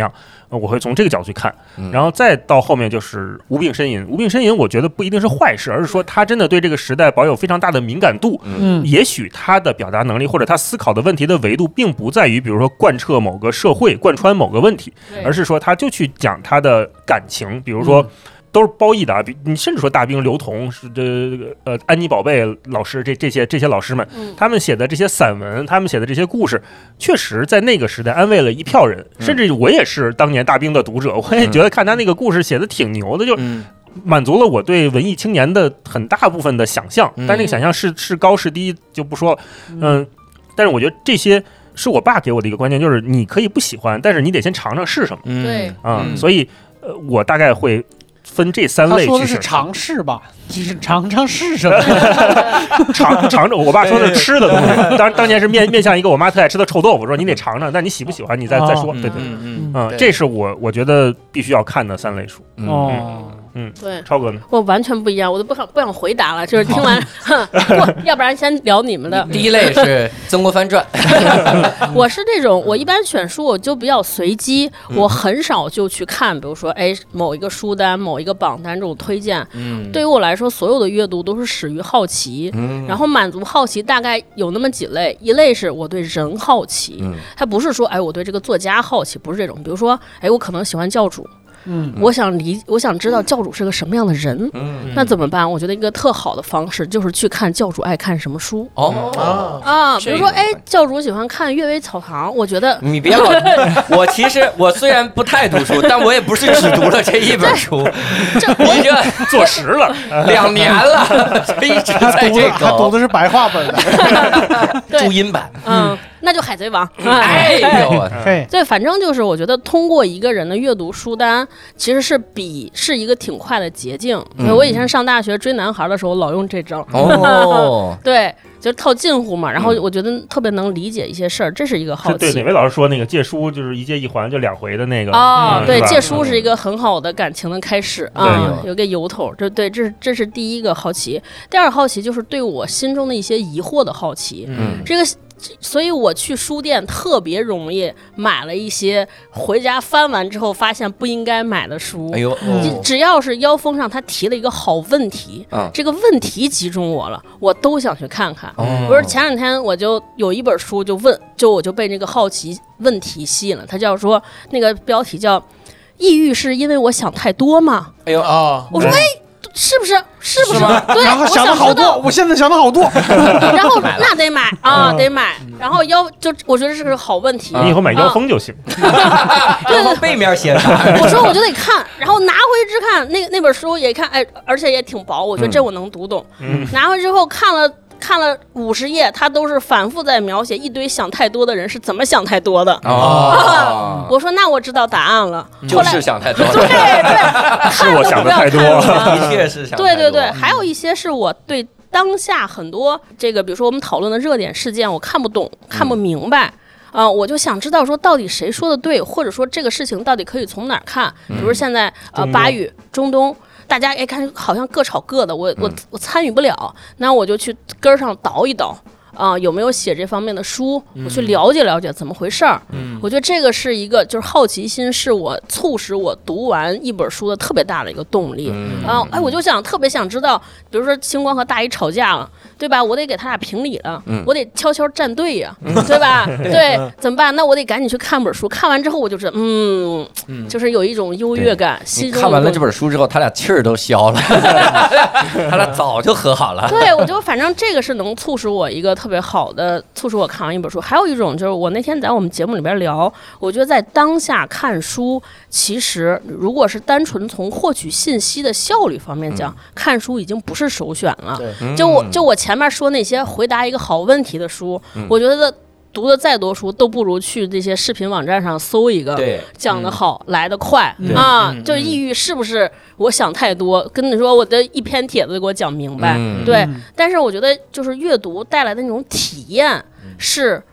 S3: 我会从这个角度去看，然后再到后面就是无病呻吟。无病呻吟，我觉得不一定是坏事，而是说他真的对这个时代保有非常大的敏感度。嗯，也许他的表达能力或者他思考的问题的维度，并不在于比如说贯彻某个社会、贯穿某个问题，而是说他就去讲他的感情，比如说。嗯都是褒义的啊，比你甚至说大兵刘同是这呃安妮宝贝老师这这些这些老师们，嗯、他们写的这些散文，他们写的这些故事，确实在那个时代安慰了一票人，嗯、甚至我也是当年大兵的读者，我也觉得看他那个故事写的挺牛的，就满足了我对文艺青年的很大部分的想象，嗯、但那个想象是是高是低就不说了，嗯，但是我觉得这些。是我爸给我的一个观念，就是你可以不喜欢，但是你得先尝尝是什么。
S5: 对
S3: 啊、嗯，所以呃，我大概会。分这三类去，
S2: 他说的是尝试吧，就是尝尝是什么，
S3: 尝尝着。我爸说的是吃的东西，当当年是面面向一个我妈特爱吃的臭豆腐，说你得尝尝，但你喜不喜欢你再、哦、再说。对对对，嗯嗯，这是我我觉得必须要看的三类书。
S2: 哦。
S3: 嗯，
S5: 对，
S3: 超哥呢？
S5: 我完全不一样，我都不想不想回答了，就是听完，不，要不然先聊你们的。
S4: 第一类是《曾国藩传》，
S5: 我是这种，我一般选书我就比较随机，我很少就去看，比如说，哎，某一个书单、某一个榜单这种推荐。嗯，对于我来说，所有的阅读都是始于好奇，嗯、然后满足好奇大概有那么几类，一类是我对人好奇，嗯、它不是说，哎，我对这个作家好奇，不是这种，比如说，哎，我可能喜欢教主。嗯，我想理，我想知道教主是个什么样的人。嗯，那怎么办？我觉得一个特好的方式就是去看教主爱看什么书。
S4: 哦
S5: 啊，比如说，哎，教主喜欢看《阅微草堂》，我觉得
S4: 你别老，我其实我虽然不太读书，但我也不是只读了这一本书，你这
S3: 坐实了
S4: 两年了，一直在这个，
S2: 他读的是白话本
S5: 的，
S4: 注音版，
S5: 嗯。那就海贼王，
S4: 哎呦，
S5: 对，反正就是我觉得通过一个人的阅读书单，其实是比是一个挺快的捷径。嗯、我以前上大学追男孩的时候，老用这招。哦，对。就是套近乎嘛，然后我觉得特别能理解一些事儿，这是一个好奇。
S3: 对，哪位老师说那个借书就是一借一还就两回的那个
S5: 哦，嗯、对，借书是一个很好的感情的开始、嗯、啊，有个由头，这对，这是这是第一个好奇。第二个好奇就是对我心中的一些疑惑的好奇，嗯，这个。所以我去书店特别容易买了一些回家翻完之后发现不应该买的书。哎呦，哦、只要是腰封上他提了一个好问题，嗯、这个问题击中我了，我都想去看看。哦、不是前两天我就有一本书就问，就我就被那个好奇问题吸引了，它叫说那个标题叫“抑郁是因为我想太多吗？”哎呦啊！我说哎。是不是？是不是？对，
S2: 然后想的好多，我现在想的好多。
S5: 然后那得买啊，得买。然后腰就我觉得是个好问题。
S3: 你以后买腰封就行。
S4: 然后背面写啥？
S5: 我说我就得看，然后拿回去看那那本书也看，哎，而且也挺薄，我觉得这我能读懂。拿回之后看了。看了五十页，他都是反复在描写一堆想太多的人是怎么想太多的。哦，我说那我知道答案了，
S4: 就是想太多。
S5: 对对，
S3: 是我想的太多，
S4: 的确是想太多。
S5: 对对对，还有一些是我对当下很多这个，比如说我们讨论的热点事件，我看不懂、看不明白。啊、呃，我就想知道说到底谁说的对，或者说这个事情到底可以从哪儿看？比如现在呃巴语中东。大家哎看好像各吵各的，我我我参与不了，那我就去根上倒一倒啊、呃，有没有写这方面的书？我去了解了解怎么回事儿。嗯，我觉得这个是一个就是好奇心，是我促使我读完一本书的特别大的一个动力。嗯、啊，哎，我就想特别想知道，比如说星光和大一吵架了。对吧？我得给他俩评理了，嗯、我得悄悄站队呀、啊，嗯、对吧？对，怎么办？那我得赶紧去看本书，看完之后我就知道，嗯，嗯就是有一种优越感。心中
S4: 看完了这本书之后，他俩气儿都消了，他俩早就和好了。
S5: 对，我就反正这个是能促使我一个特别好的，促使我看完一本书。还有一种就是我那天在我们节目里边聊，我觉得在当下看书，其实如果是单纯从获取信息的效率方面讲，嗯、看书已经不是首选了。就我就我前。前面说那些回答一个好问题的书，嗯、我觉得读的再多书都不如去这些视频网站上搜一个讲得好、嗯、来得快、嗯、啊！嗯、就抑郁是不是我想太多？跟你说我的一篇帖子给我讲明白，嗯、对。但是我觉得就是阅读带来的那种体验是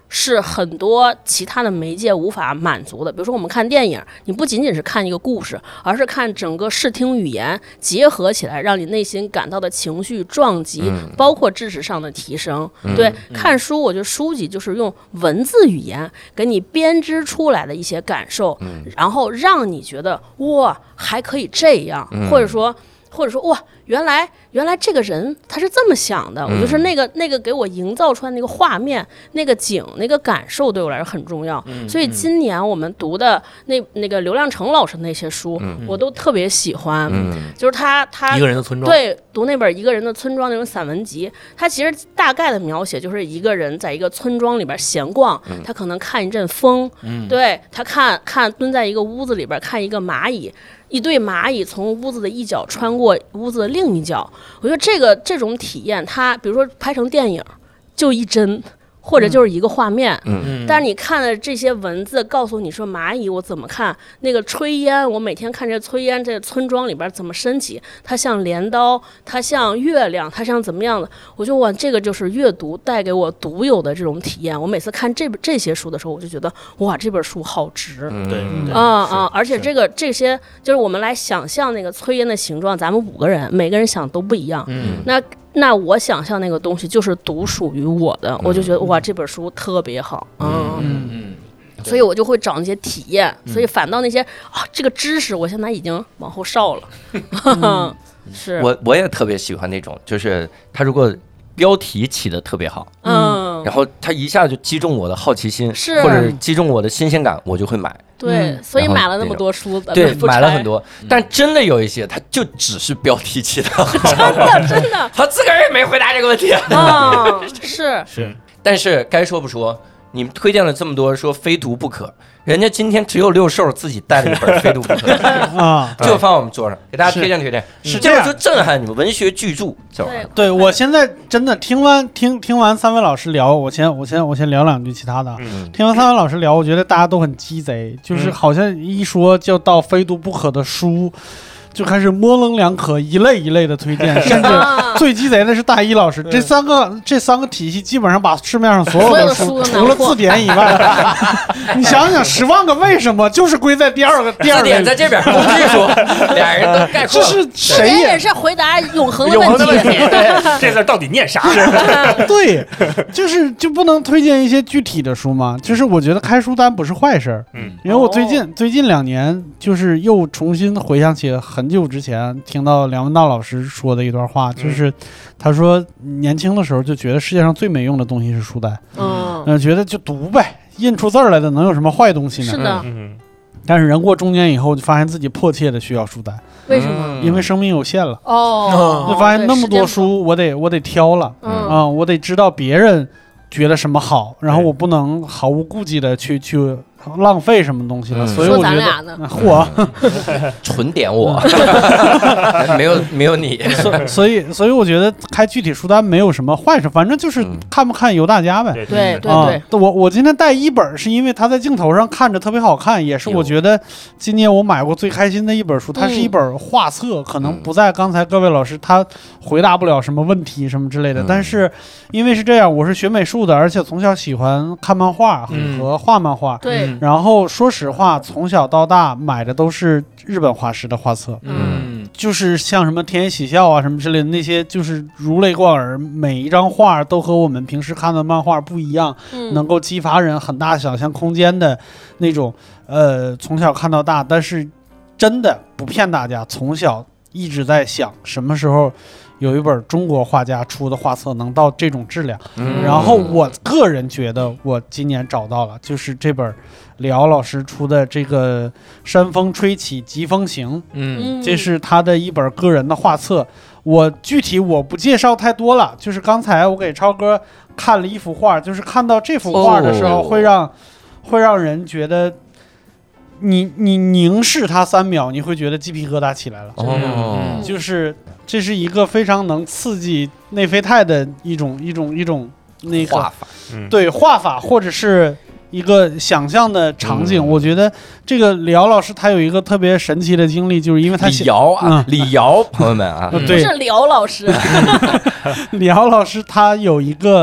S5: 是很多其他的媒介无法满足的。比如说我们看电影，你不仅仅是看一个故事，而是看整个视听语言结合起来，让你内心感到的情绪撞击、嗯、包括知识上的提升、嗯、对、嗯、看书我觉得书籍就是用文字语言给你编织出来的一些感受、嗯、然后让你觉得哇还可以这样、嗯、或者说或者说哇原来原来这个人他是这么想的、嗯、我就是那个那个给我营造出来那个画面那个景那个感受对我来说很重要、嗯、所以今年我们读的那那个刘亮程老师那些书、嗯、我都特别喜欢、嗯、就是他他
S6: 一个人的村庄，
S5: 对，读那本一个人的村庄那种散文集，他其实大概的描写就是一个人在一个村庄里边闲逛、嗯、他可能看一阵风、嗯、对，他看看蹲在一个屋子里边看一个蚂蚁，一对蚂蚁从屋子的一角穿过屋子的另一角，我觉得这个这种体验，它比如说拍成电影，就一帧，或者就是一个画面，嗯，但是你看的这些文字告诉你说蚂蚁我怎么看，那个炊烟，我每天看这炊烟，这个村庄里边怎么升起，它像镰刀，它像月亮，它像怎么样的，我就哇，这个就是阅读带给我独有的这种体验。我每次看这这些书的时候，我就觉得哇，这本书好值，
S6: 嗯，对，
S5: 啊啊，而且这个这些就是我们来想象那个炊烟的形状，咱们五个人每个人想都不一样，嗯，那。那我想象那个东西就是独属于我的、嗯、我就觉得哇这本书特别好，嗯嗯嗯，所以我就会找那些体验、嗯、所以反倒那些啊这个知识我现在已经往后稍了、嗯、是
S4: 我我也特别喜欢那种，就是他如果标题起得特别好，嗯，然后他一下就击中我的好奇心，
S5: 是
S4: 或者击中我的新鲜感，我就会买。
S5: 对、嗯，所以买了那么多书，
S4: 对，买了很多，但真的有一些，他就只是标题起的，
S5: 真的真的，
S4: 他自个儿也没回答这个问题
S5: 啊，是
S6: 是，
S4: 但是该说不说，你们推荐了这么多，说非读不可。人家今天只有六兽自己带了一本非读不可啊，就放我们桌上，给大家推荐推荐。是这样，就震撼你们文学巨著。
S2: 对，对我现在真的听完听听完三位老师聊，我先我先我先聊两句其他的。嗯、听完三位老师聊，我觉得大家都很鸡贼，就是好像一说就到非读不可的书。就开始模棱两可，一类一类的推荐，甚至最鸡贼的是大一老师，这三个这三个体系基本上把市面上所有的书，除了字典以外，你想想，十万个为什么就是归在第二个第二
S4: 字典在这边，工具书，俩人都概括。
S2: 这是谁
S5: 也是回答永恒的问题，
S3: 这字到底念啥？
S2: 对，就是就不能推荐一些具体的书吗？就是我觉得开书单不是坏事，嗯，因为我最近最近两年就是又重新回想起很。很久之前听到梁文道老师说的一段话，就是他说年轻的时候就觉得世界上最没用的东西是书单，嗯、呃，觉得就读呗，印出字来的能有什么坏东西呢？
S5: 是的。
S2: 嗯、但是人过中年以后，就发现自己迫切的需要书单。
S5: 为什么？
S2: 因为生命有限了。
S5: 哦，
S2: 就发现那么多书，我得我得挑了，嗯啊、呃，我得知道别人觉得什么好，然后我不能毫无顾忌的去去。浪费什么东西了、嗯、所以我觉得嚯
S4: 纯点我没有没有你
S2: 所, 所以所以我觉得开具体书单没有什么坏事，反正就是看不看由大家呗。
S5: 对对对、
S2: 啊、我我今天带一本是因为它在镜头上看着特别好看，也是我觉得今年我买过最开心的一本书，它是一本画册、嗯、可能不在刚才各位老师他回答不了什么问题什么之类的、嗯、但是因为是这样，我是学美术的，而且从小喜欢看漫画和画漫画、
S5: 嗯、对，
S2: 然后说实话从小到大买的都是日本画师的画册，嗯，就是像什么田野喜孝啊什么之类的那些，就是如雷贯耳，每一张画都和我们平时看的漫画不一样、嗯、能够激发人很大想象空间的那种，呃，从小看到大。但是真的不骗大家，从小一直在想什么时候有一本中国画家出的画册能到这种质量、嗯、然后我个人觉得我今年找到了，就是这本李敖老师出的这个山风吹起疾风行，嗯，这是他的一本个人的画册。我具体我不介绍太多了，就是刚才我给超哥看了一幅画，就是看到这幅画的时候会让、哦、会让人觉得你你凝视它三秒，你会觉得鸡皮疙瘩起来了。哦，就是这是一个非常能刺激内啡肽的一种一种一种那个
S4: 画法，
S2: 嗯、对画法或者是一个想象的场景。嗯、我觉得这个李敖老师他有一个特别神奇的经历，就是因为他
S4: 李敖啊，嗯、李敖朋友们啊，
S5: 对，不是李敖老师，
S2: 李敖老师他有一个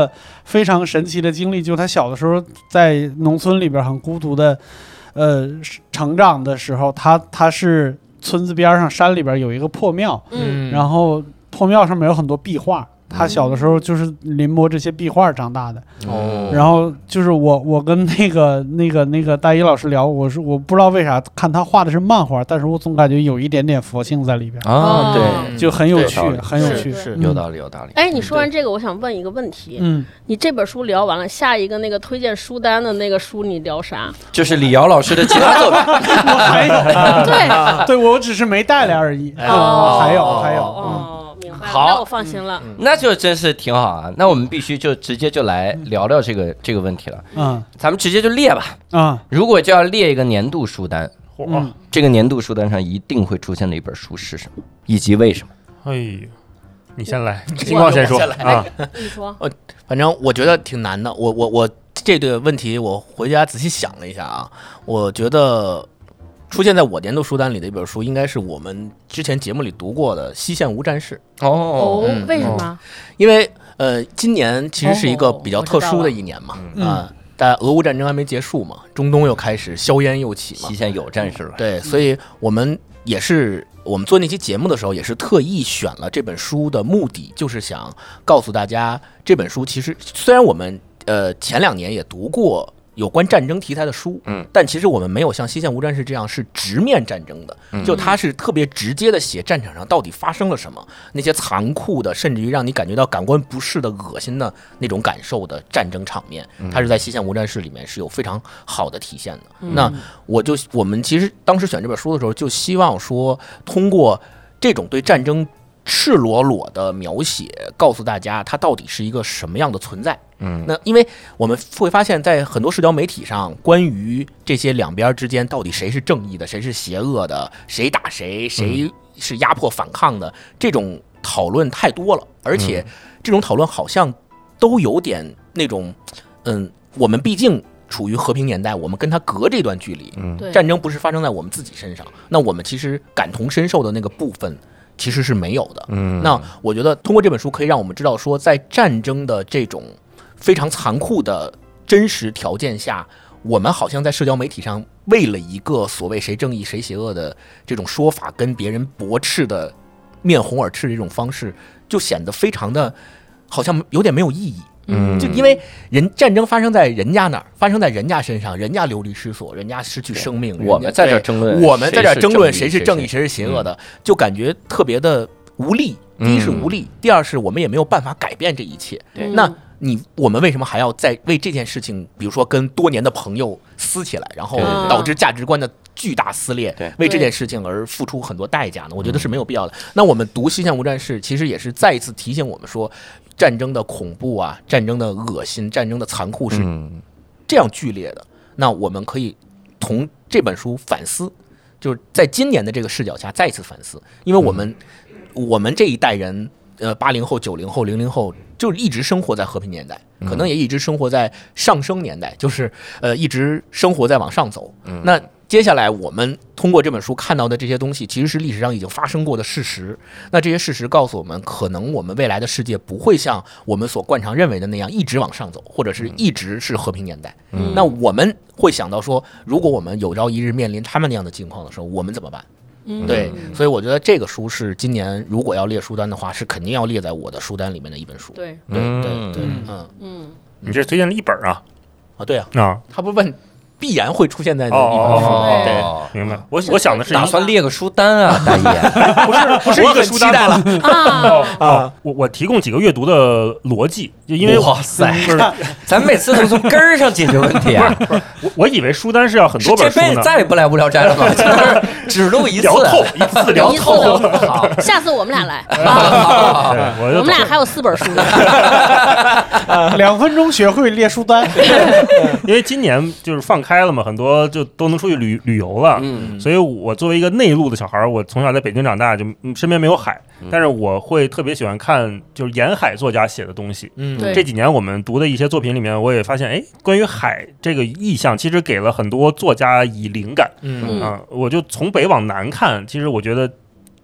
S2: 非常神奇的经历，就他小的时候在农村里边很孤独的，呃，成长的时候，他他是村子边上山里边有一个破庙，嗯，然后破庙上面有很多壁画。他小的时候就是临摹这些壁画长大的，哦，然后就是我我跟那个那个那个大一老师聊，我说我不知道为啥看他画的是漫画，但是我总感觉有一点点佛性在里边
S4: 啊，对，
S2: 就很有趣，很有趣，
S4: 是有道理，有道理。
S5: 哎，你说完这个，我想问一个问题，嗯，你这本书聊完了，下一个那个推荐书单的那个书你聊啥？
S4: 就是李瑶老师的其他作品，
S2: 我还有，
S5: 对，
S2: 对我只是没带来而已，哦，还有还有，嗯。
S5: 好，那我放心了，
S4: 嗯、那就真是挺好啊。那我们必须就直接就来聊聊这个这个问题了。嗯，咱们直接就列吧。嗯，如果就要列一个年度书单，嗯，这个年度书单上一定会出现的一本书是什么，以及为什么？
S3: 哎呦，你先来，金光先说啊。
S5: 你说，
S6: 呃，反正我觉得挺难的。我我我这个问题我回家仔细想了一下啊，我觉得。出现在我年度书单里的一本书，应该是我们之前节目里读过的《西线无战事》。
S5: 哦，嗯、为什么？
S6: 因为呃，今年其实是一个比较特殊的一年嘛，啊、呃，但俄乌战争还没结束嘛，中东又开始硝烟又起嘛，
S4: 西线有战事了。
S6: 对，所以我们也是我们做那期节目的时候，也是特意选了这本书的目的，就是想告诉大家，这本书其实虽然我们呃前两年也读过。有关战争题材的书，嗯，但其实我们没有像《西线无战事》这样是直面战争的，嗯、就它是特别直接的写战场上到底发生了什么，那些残酷的，甚至于让你感觉到感官不适的、恶心的那种感受的战争场面，它是在《西线无战事》里面是有非常好的体现的。嗯、那我就我们其实当时选这本书的时候，就希望说通过这种对战争赤裸裸的描写，告诉大家它到底是一个什么样的存在。嗯，那因为我们会发现，在很多社交媒体上，关于这些两边之间到底谁是正义的，谁是邪恶的，谁打谁，谁是压迫反抗的，这种讨论太多了，而且这种讨论好像都有点那种，嗯，我们毕竟处于和平年代，我们跟他隔这段距离，嗯，战争不是发生在我们自己身上，那我们其实感同身受的那个部分。其实是没有的。嗯，那我觉得通过这本书可以让我们知道说，在战争的这种非常残酷的真实条件下，我们好像在社交媒体上为了一个所谓谁正义谁邪恶的这种说法，跟别人驳斥的面红耳赤的这种方式，就显得非常的好像有点没有意义。嗯，就因为人战争发生在人家那儿，发生在人家身上，人家流离失所，人家失去生命，
S4: 我们在这争论，
S6: 我们在这争论谁是正义谁是邪恶的，就感觉特别的无力。第一是无力，第二是我们也没有办法改变这一切。那你我们为什么还要在为这件事情，比如说跟多年的朋友撕起来，然后导致价值观的巨大撕裂，为这件事情而付出很多代价呢？我觉得是没有必要的。那我们读《西线无战事》，其实也是再一次提醒我们说，战争的恐怖啊，战争的恶心，战争的残酷是这样剧烈的。那我们可以从这本书反思，就是在今年的这个视角下再一次反思，因为我们、嗯、我们这一代人，呃，八零后、九零后、零零后，就是一直生活在和平年代，可能也一直生活在上升年代，就是呃，一直生活在往上走。嗯、那接下来我们通过这本书看到的这些东西，其实是历史上已经发生过的事实。那这些事实告诉我们，可能我们未来的世界不会像我们所惯常认为的那样一直往上走，或者是一直是和平年代。嗯、那我们会想到说，如果我们有朝一日面临他们那样的境况的时候，我们怎么办？嗯、对，所以我觉得这个书是今年如果要列书单的话，是肯定要列在我的书单里面的一本书。
S5: 对，
S6: 对，对，对，嗯
S5: 嗯，
S3: 你这推荐了一本啊？
S6: 啊，对啊，
S3: 啊，
S6: 他不问。必然会出现在那一本书，
S3: 哦、对，明白。我我想的是
S4: 打算列个书单啊，大爷，
S3: 不是不是一个书单
S6: 了
S3: 啊啊！我我提供几个阅读的逻辑，就因为
S4: 哇塞，咱每次都从根儿上解决问题啊！
S3: 我我以为书单是要很多本书呢，
S4: 这辈子再也不来无聊斋了吧？就是只录一次，
S3: 聊透一次聊透。
S5: 好，下次我们俩来啊！我们俩还有四本书呢，
S2: 两分钟学会列书单。
S3: 因为今年就是放开了嘛，很多就都能出去旅旅游了，嗯，所以我作为一个内陆的小孩，我从小在北京长大，就身边没有海，嗯、但是我会特别喜欢看就是沿海作家写的东西。嗯，这几年我们读的一些作品里面，我也发现，哎，关于海这个意象，其实给了很多作家以灵感。嗯啊，我就从北往南看，其实我觉得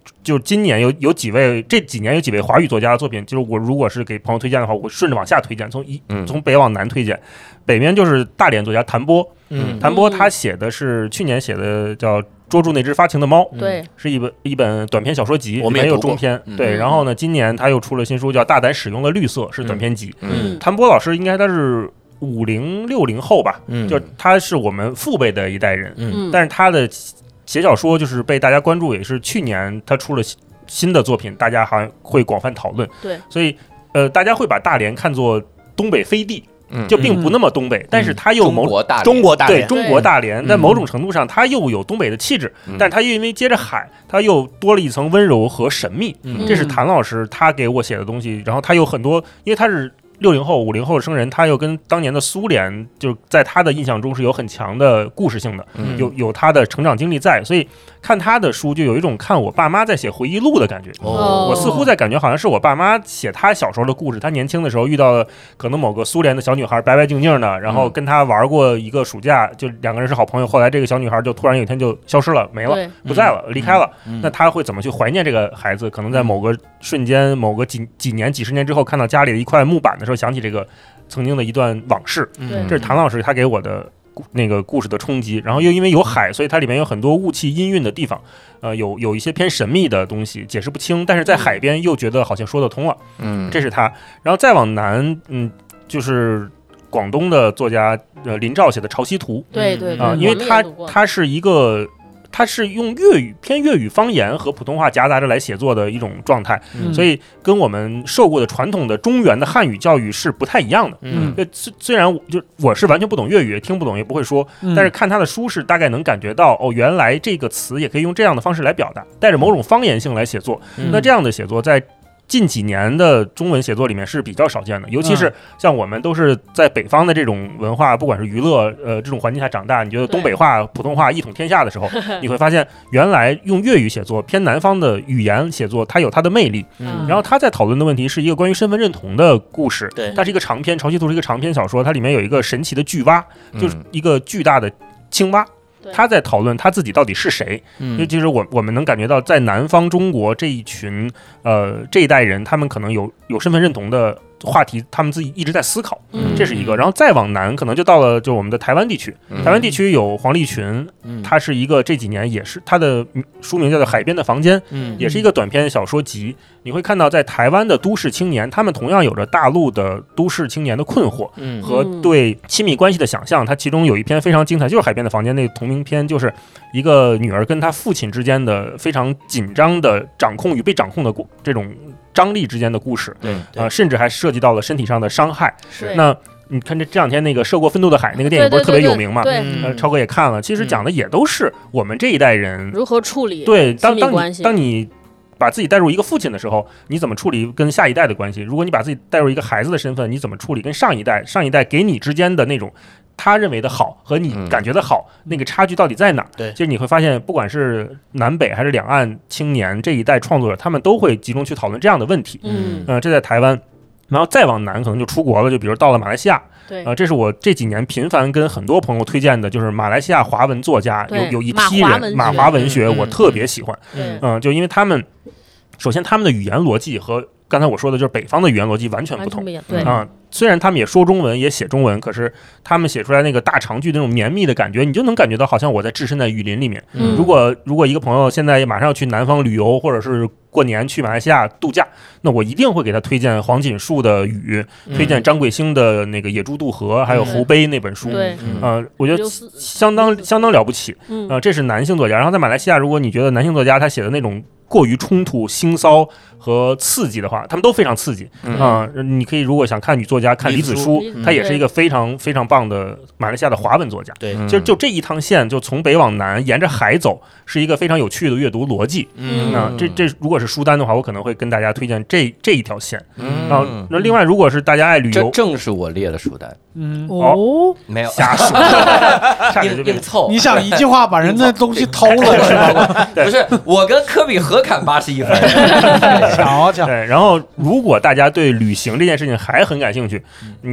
S3: 就今年有有几位，这几年有几位华语作家的作品，就是我如果是给朋友推荐的话，我顺着往下推荐，从一、嗯、从北往南推荐。北边就是大连作家谭波，嗯，谭波他写的是去年写的叫《捉住那只发情的猫》，
S5: 对，
S3: 是一本一本短篇小说集，
S6: 我们
S3: 也有中篇，嗯、对。然后呢，今年他又出了新书，叫《大胆使用了绿色》，是短篇集。嗯，谭波老师应该他是五零六零后吧，嗯，就他是我们父辈的一代人，嗯，但是他的写小说就是被大家关注，也是去年他出了新的作品，大家好像会广泛讨论，
S5: 对，
S3: 所以呃，大家会把大连看作东北飞地。就并不那么东北，嗯、但是它又某
S4: 中国大
S6: 中国大
S3: 连对中国大连，在某种程度上它又有东北的气质，嗯、但是它又因为接着海，它又多了一层温柔和神秘。嗯、这是谭老师他给我写的东西，然后他有很多，因为他是六零后、五零后的生人，他又跟当年的苏联，就是在他的印象中是有很强的故事性的，嗯、有有他的成长经历在，所以看他的书就有一种看我爸妈在写回忆录的感觉。哦、我似乎在感觉好像是我爸妈写他小时候的故事，他年轻的时候遇到了可能某个苏联的小女孩，白白净净的，然后跟他玩过一个暑假，就两个人是好朋友，后来这个小女孩就突然有一天就消失了，没了，不在了，离开了。嗯、那他会怎么去怀念这个孩子？可能在某个瞬间、某个几几年、几十年之后，看到家里的一块木板的时候，想起这个曾经的一段往事。嗯、这是谭老师他给我的那个故事的冲击，然后又因为有海，所以它里面有很多雾气氤氲的地方，呃，有有一些偏神秘的东西，解释不清，但是在海边又觉得好像说得通了。嗯，这是他。然后再往南，嗯，就是广东的作家呃林兆写的《潮汐图》。
S5: 对对
S3: 啊、呃，因为他他是一个。它是用粤语偏粤语方言和普通话夹杂着来写作的一种状态，嗯、所以跟我们受过的传统的中原的汉语教育是不太一样的。嗯，虽虽然就我是完全不懂粤语，听不懂也不会说，嗯、但是看他的书是大概能感觉到，哦，原来这个词也可以用这样的方式来表达，带着某种方言性来写作。嗯、那这样的写作在近几年的中文写作里面是比较少见的，尤其是像我们都是在北方的这种文化，不管是娱乐呃这种环境下长大，你觉得东北话、普通话一统天下的时候，你会发现原来用粤语写作偏南方的语言写作，它有它的魅力。嗯、然后他在讨论的问题是一个关于身份认同的故事，对，它是一个长篇，《潮汐图》是一个长篇小说，它里面有一个神奇的巨蛙，就是一个巨大的青蛙。他在讨论他自己到底是谁，因为其实我我们能感觉到，在南方中国这一群呃这一代人，他们可能有有身份认同的话题，他们自己一直在思考，嗯、这是一个。然后再往南，可能就到了就我们的台湾地区，嗯、台湾地区有黄立群，嗯、他是一个这几年也是他的书名叫做《海边的房间》，嗯、也是一个短篇小说集。你会看到，在台湾的都市青年，他们同样有着大陆的都市青年的困惑和对亲密关系的想象。它其中有一篇非常精彩，就是《海边的房间》那个同名篇，就是一个女儿跟她父亲之间的非常紧张的掌控与被掌控的这种张力之间的故事。对，呃，甚至还涉及到了身体上的伤害。是，那你看这这两天那个《涉过愤怒的海》那个电影不是特别有名嘛？对，呃，超哥也看了。其实讲的也都是我们这一代人
S5: 如何处理
S3: 对当当你当你。把自己带入一个父亲的时候，你怎么处理跟下一代的关系？如果你把自己带入一个孩子的身份，你怎么处理跟上一代、上一代给你之间的那种他认为的好和你感觉的好，嗯、那个差距到底在哪？对，其实你会发现，不管是南北还是两岸青年这一代创作者，他们都会集中去讨论这样的问题。嗯，呃，这在台湾，然后再往南可能就出国了，就比如到了马来西亚。对，呃，这是我这几年频繁跟很多朋友推荐的，就是马来西亚华文作家，有有一批人马华文学，我特别喜欢。嗯、呃，就因为他们。首先，他们的语言逻辑和刚才我说的就是北方的语言逻辑完全不同。对啊、呃，虽然他们也说中文，也写中文，可是他们写出来那个大长句那种绵密的感觉，你就能感觉到好像我在置身在雨林里面。嗯、如果如果一个朋友现在马上要去南方旅游，或者是过年去马来西亚度假，那我一定会给他推荐黄锦树的《雨》，嗯、推荐张桂兴的那个《野猪渡河》，还有侯碑那本书。对，呃，我觉得相当相当了不起。嗯、呃，这是男性作家。然后在马来西亚，如果你觉得男性作家他写的那种过于冲突、腥骚和刺激的话，他们都非常刺激啊、嗯呃！你可以如果想看女作家，看李子书，她也是一个非常非常棒的马来西亚的华文作家。对，就就这一趟线，就从北往南，沿着海走，是一个非常有趣的阅读逻辑。嗯，啊，这这如果是书单的话，我可能会跟大家推荐这这一条线。嗯，啊，那另外如果是大家爱旅游，
S4: 这正是我列的书单。
S2: 嗯，
S4: 哦，没有瞎说，硬硬凑。
S2: 你想一句话把人的东西偷了是吧？
S4: 不是，我跟科比合砍八十一分。
S2: 瞧瞧，
S3: 对，然后如果大家对旅行这件事情还很感兴趣，嗯，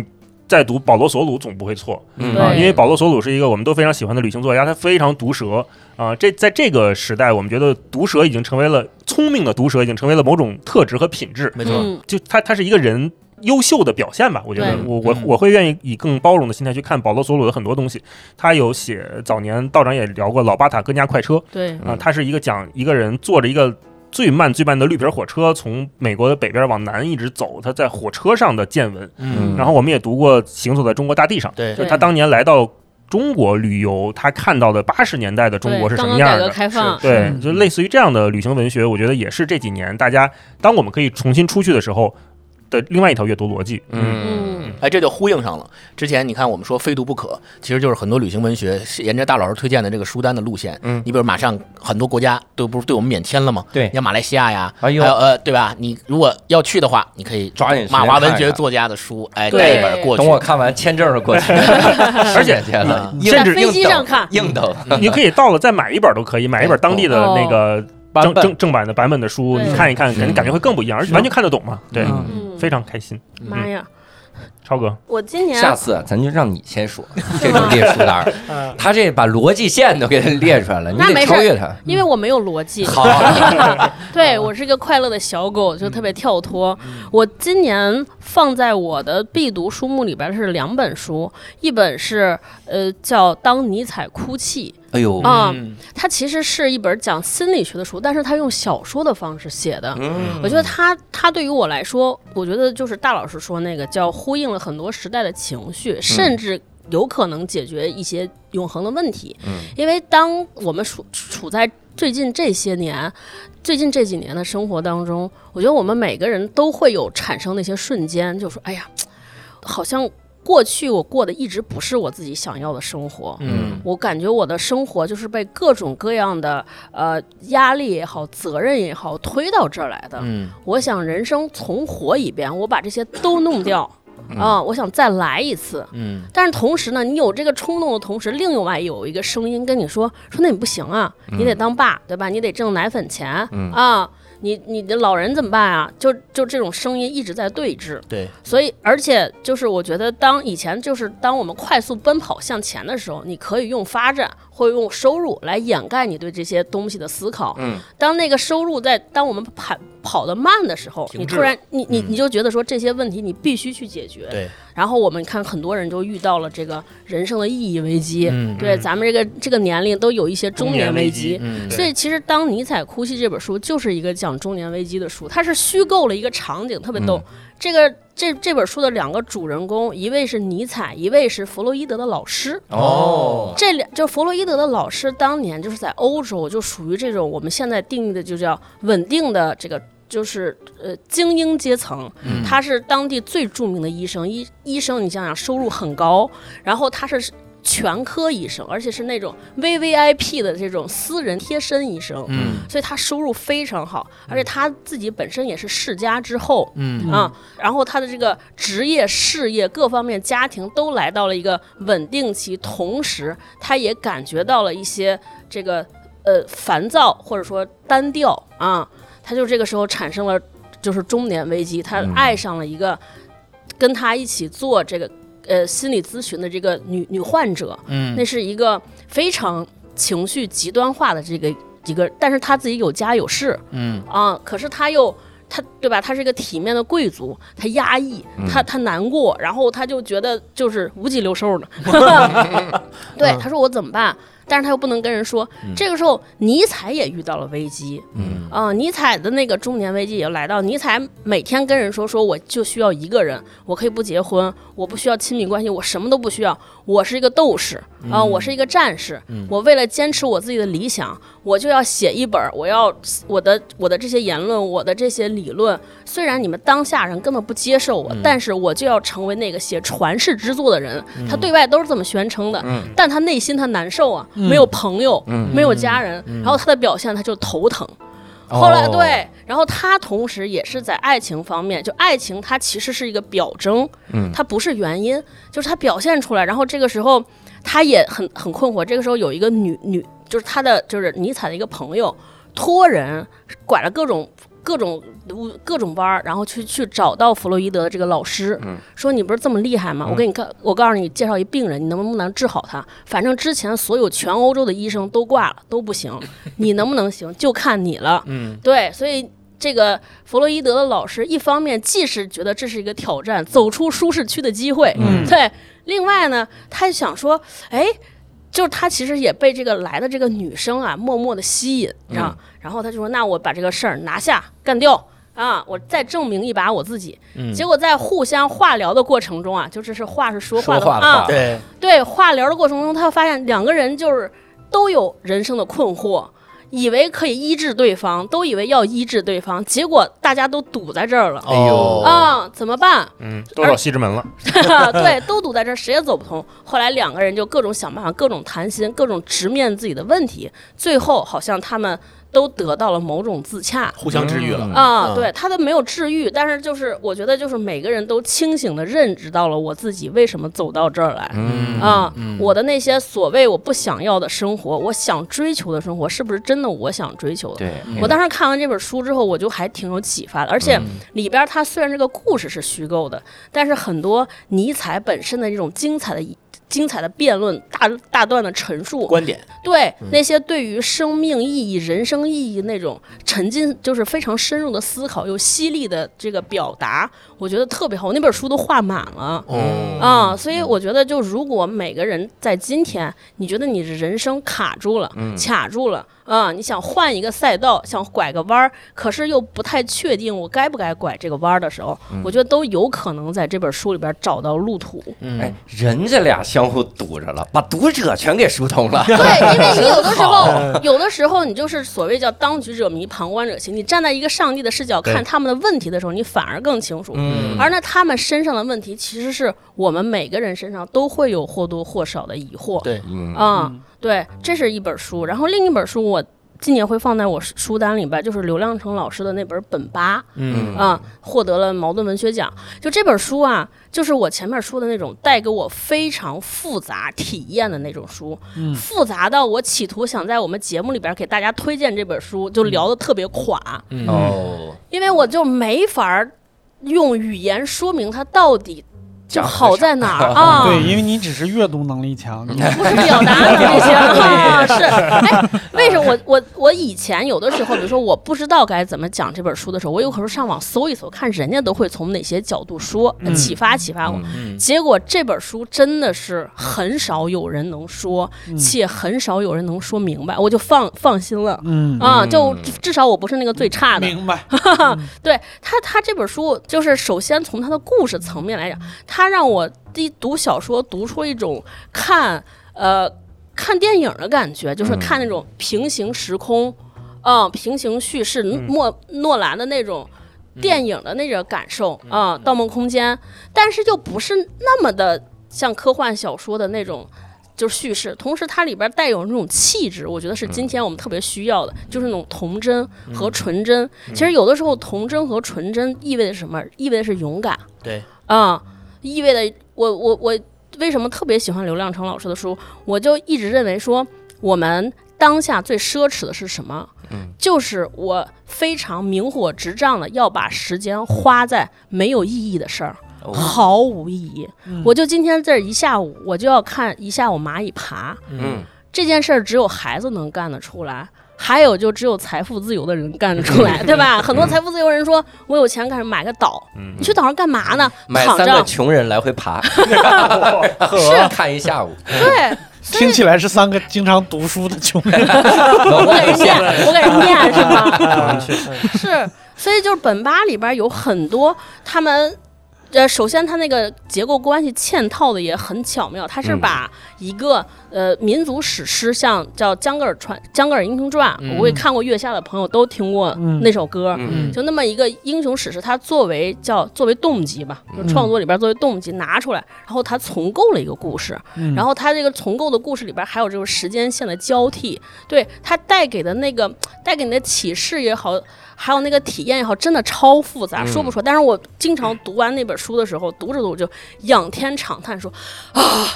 S3: 再读保罗·索鲁总不会错、
S5: 嗯
S3: 啊，因为保罗·索鲁是一个我们都非常喜欢的旅行作家，他非常毒舌啊。这在这个时代，我们觉得毒舌已经成为了聪明的毒舌，已经成为了某种特质和品质。
S6: 没错，
S5: 嗯、
S3: 就他他是一个人优秀的表现吧。我觉得我我我会愿意以更包容的心态去看保罗·索鲁的很多东西。他有写早年道长也聊过《老巴塔哥尼亚快车》，
S5: 对
S3: 啊，他是一个讲一个人坐着一个最慢最慢的绿皮火车从美国的北边往南一直走，他在火车上的见闻。
S6: 嗯，
S3: 然后我们也读过《行走在中国大地上》，
S6: 对，
S3: 就是他当年来到中国旅游，他看到的八十年代的中国是什么样的？
S5: 刚刚改革开放，
S3: 对，就类似于这样的旅行文学，我觉得也是这几年大家当我们可以重新出去的时候的另外一条阅读逻辑。
S5: 嗯，
S6: 哎，这就呼应上了。之前你看我们说非读不可，其实就是很多旅行文学沿着大老师推荐的这个书单的路线。嗯，你比如马上很多国家都不是对我们免签了吗？
S4: 对，
S6: 像马来西亚呀，
S4: 哎呦，
S6: 还有呃，对吧？你如果要去的话，你可以
S4: 抓紧
S6: 马华文学作家的书，哎，带一本过去。
S4: 等我看完签证了过去，而且签了，
S3: 甚至
S5: 飞机上看
S4: 硬等，
S3: 你可以到了再买一本都可以，买一本当地的那个。正正正版的版本的书，你看一看，感觉感觉会更不一样，而且完全看得懂嘛。对，非常开心。
S5: 妈呀！
S3: 超哥，
S5: 我今年
S4: 下次咱就让你先说这种列书单，他这把逻辑线都给他列出来了，你得超越他，
S5: 因为我没有逻辑。
S4: 好，
S5: 对我是一个快乐的小狗，就特别跳脱。我今年放在我的必读书目里边是两本书，一本是呃叫《当尼采哭泣》。
S4: 哎呦
S5: 啊、嗯，它其实是一本讲心理学的书，但是它用小说的方式写的。嗯，我觉得它它对于我来说，我觉得就是大老师说那个叫呼应了很多时代的情绪，甚至有可能解决一些永恒的问题。嗯，因为当我们处处在最近这些年、最近这几年的生活当中，我觉得我们每个人都会有产生那些瞬间，就说哎呀，好像。过去我过的一直不是我自己想要的生活，嗯，我感觉我的生活就是被各种各样的呃压力也好、责任也好推到这儿来的。嗯，我想人生重活一遍，我把这些都弄掉啊、呃，我想再来一次。嗯，但是同时呢，你有这个冲动的同时，另外有一个声音跟你说说那你不行啊，你得当爸，对吧？你得挣奶粉钱、嗯、啊。你你的老人怎么办啊？就就这种声音一直在对峙。
S6: 对，
S5: 所以而且就是我觉得，当以前就是当我们快速奔跑向前的时候，你可以用发展或用收入来掩盖你对这些东西的思考。嗯，当那个收入在当我们跑跑得慢的时候，你突然你你你就觉得说这些问题你必须去解决。
S6: 对。
S5: 然后我们看很多人就遇到了这个人生的意义危机，嗯、对、嗯、咱们这个这个年龄都有一些中年危机，嗯、所以其实当尼采哭泣这本书就是一个讲中年危机的书，它是虚构了一个场景，特别逗。嗯、这个这这本书的两个主人公，一位是尼采，一位是弗洛伊德的老师。哦，这两就弗洛伊德的老师当年就是在欧洲，就属于这种我们现在定义的就叫稳定的这个。就是呃精英阶层，他是当地最著名的医生，医医生你想想收入很高，然后他是全科医生，而且是那种 V V I P 的这种私人贴身医生，嗯，所以他收入非常好，而且他自己本身也是世家之后，嗯啊，然后他的这个职业、事业各方面、家庭都来到了一个稳定期，同时他也感觉到了一些这个呃烦躁或者说单调啊。他就这个时候产生了就是中年危机，他爱上了一个跟他一起做这个呃心理咨询的这个女女患者，嗯，那是一个非常情绪极端化的这个一个，但是他自己有家有室，嗯啊，可是他又他对吧？他是一个体面的贵族，他压抑，他他难过，然后他就觉得就是无脊六兽的，对，他说我怎么办？但是他又不能跟人说，嗯、这个时候尼采也遇到了危机，嗯啊、呃，尼采的那个中年危机也来到。尼采每天跟人说，说我就需要一个人，我可以不结婚，我不需要亲密关系，我什么都不需要，我是一个斗士啊、呃，我是一个战士，嗯、我为了坚持我自己的理想，我就要写一本，我要我的我的这些言论，我的这些理论，虽然你们当下人根本不接受我，嗯、但是我就要成为那个写传世之作的人。嗯、他对外都是这么宣称的，嗯、但他内心他难受啊。没有朋友，嗯、没有家人，嗯、然后他的表现他就头疼。嗯、后来对，然后他同时也是在爱情方面，就爱情它其实是一个表征，嗯，它不是原因，就是他表现出来。然后这个时候他也很很困惑。这个时候有一个女女，就是他的就是尼采的一个朋友，托人拐了各种各种各种弯，然后去去找到弗洛伊德的这个老师，嗯、说你不是这么厉害吗？嗯、我给你看，我告诉你，介绍一病人，你能不能治好他？反正之前所有全欧洲的医生都挂了，都不行，你能不能行，就看你了。嗯，对，所以。这个弗洛伊德的老师，一方面既是觉得这是一个挑战，走出舒适区的机会，嗯，对；另外呢，他想说，哎，就是他其实也被这个来的这个女生啊，默默的吸引，嗯、然后他就说，那我把这个事儿拿下，干掉啊，我再证明一把我自己。嗯、结果在互相化疗的过程中啊，就这是话是说话的
S4: 话
S5: 啊，
S6: 对
S5: 对，化疗的过程中，他发现两个人就是都有人生的困惑。以为可以医治对方，都以为要医治对方，结果大家都堵在这儿了。
S6: 哎呦
S5: 啊，怎么办？
S3: 嗯，都到西直门了。
S5: 对，都堵在这儿，谁也走不通。后来两个人就各种想办法，各种谈心，各种直面自己的问题，最后好像他们都得到了某种自洽，
S6: 互相治愈了
S5: 啊、嗯！对，他都没有治愈，但是就是我觉得就是每个人都清醒的认知到了我自己为什么走到这儿来，嗯啊，嗯我的那些所谓我不想要的生活，我想追求的生活，是不是真的我想追求的？
S4: 对，
S5: 我当时看完这本书之后，我就还挺有启发的，而且里边它虽然这个故事是虚构的，但是很多尼采本身的这种精彩的。精彩的辩论，大大段的陈述
S6: 观点，
S5: 对、嗯、那些对于生命意义、人生意义那种沉浸，就是非常深入的思考，又犀利的这个表达，我觉得特别好。我那本书都画满了，哦啊，所以我觉得，就如果每个人在今天，你觉得你的人生卡住了、嗯、卡住了啊，你想换一个赛道，想拐个弯，可是又不太确定我该不该拐这个弯的时候，嗯、我觉得都有可能在这本书里边找到路途。
S4: 嗯、哎，人家俩相互堵着了，把读者全给疏通了。
S5: 对，因为你有的时候，有的时候你就是所谓叫当局者迷，旁观者清。你站在一个上帝的视角看他们的问题的时候，你反而更清楚。嗯、而呢，他们身上的问题，其实是我们每个人身上都会有或多或少的疑惑。
S6: 对，
S5: 嗯啊、嗯，对，这是一本书。然后另一本书我。今年会放在我书单里边，就是刘亮程老师的那本《本八》，嗯啊，获得了茅盾文学奖。就这本书啊，就是我前面说的那种带给我非常复杂体验的那种书，嗯、复杂到我企图想在我们节目里边给大家推荐这本书，就聊得特别垮，
S4: 嗯、哦，
S5: 因为我就没法用语言说明它到底。就好在哪儿啊？
S2: 对，因为你只是阅读能力强，
S5: 不是表达能力强啊。是，哎，为什么我我我以前有的时候，比如说我不知道该怎么讲这本书的时候，我有可能上网搜一搜，看人家都会从哪些角度说，嗯、启发启发我。嗯嗯、结果这本书真的是很少有人能说，嗯、且很少有人能说明白，我就放放心了。嗯啊，就至少我不是那个最差的。
S2: 明白。
S5: 对他，他这本书就是首先从他的故事层面来讲。他让我第读小说读出一种看呃看电影的感觉，就是看那种平行时空，啊、呃，平行叙事，诺诺兰的那种电影的那种感受啊，呃《盗梦空间》，但是又不是那么的像科幻小说的那种。就是叙事，同时它里边带有那种气质，我觉得是今天我们特别需要的，嗯、就是那种童真和纯真。嗯、其实有的时候童真和纯真意味着什么？意味着是勇敢。
S6: 对
S5: 啊、嗯，意味着我我我为什么特别喜欢刘亮程老师的书？我就一直认为说，我们当下最奢侈的是什么？嗯，就是我非常明火执仗的要把时间花在没有意义的事儿。毫无意义、嗯、我就今天这一下午我就要看一下午蚂蚁爬，嗯，这件事儿只有孩子能干得出来，还有就只有财富自由的人干得出来，对吧？很多财富自由人说我有钱干什么买个岛，嗯、你去岛上干嘛呢？
S4: 买三个穷人来回爬是看一下午，
S5: 对，
S2: 听起来是三个经常读书的穷人
S5: 我给人念我给人念是吗？是，所以就是本八里边有很多他们呃，首先它那个结构关系嵌套的也很巧妙，它是把一个、嗯、呃民族史诗，像叫《江格尔传江格尔英雄传》，嗯、我也看过《月下》的朋友都听过那首歌，嗯、就那么一个英雄史诗，它作为叫作为动机吧，就创作里边作为动机拿出来，然后它重构了一个故事，嗯、然后它这个重构的故事里边还有这个时间线的交替，对它带给的那个带给你的启示也好。还有那个体验也好，真的超复杂，说不出。但是我经常读完那本书的时候，读着读就仰天长叹说：“啊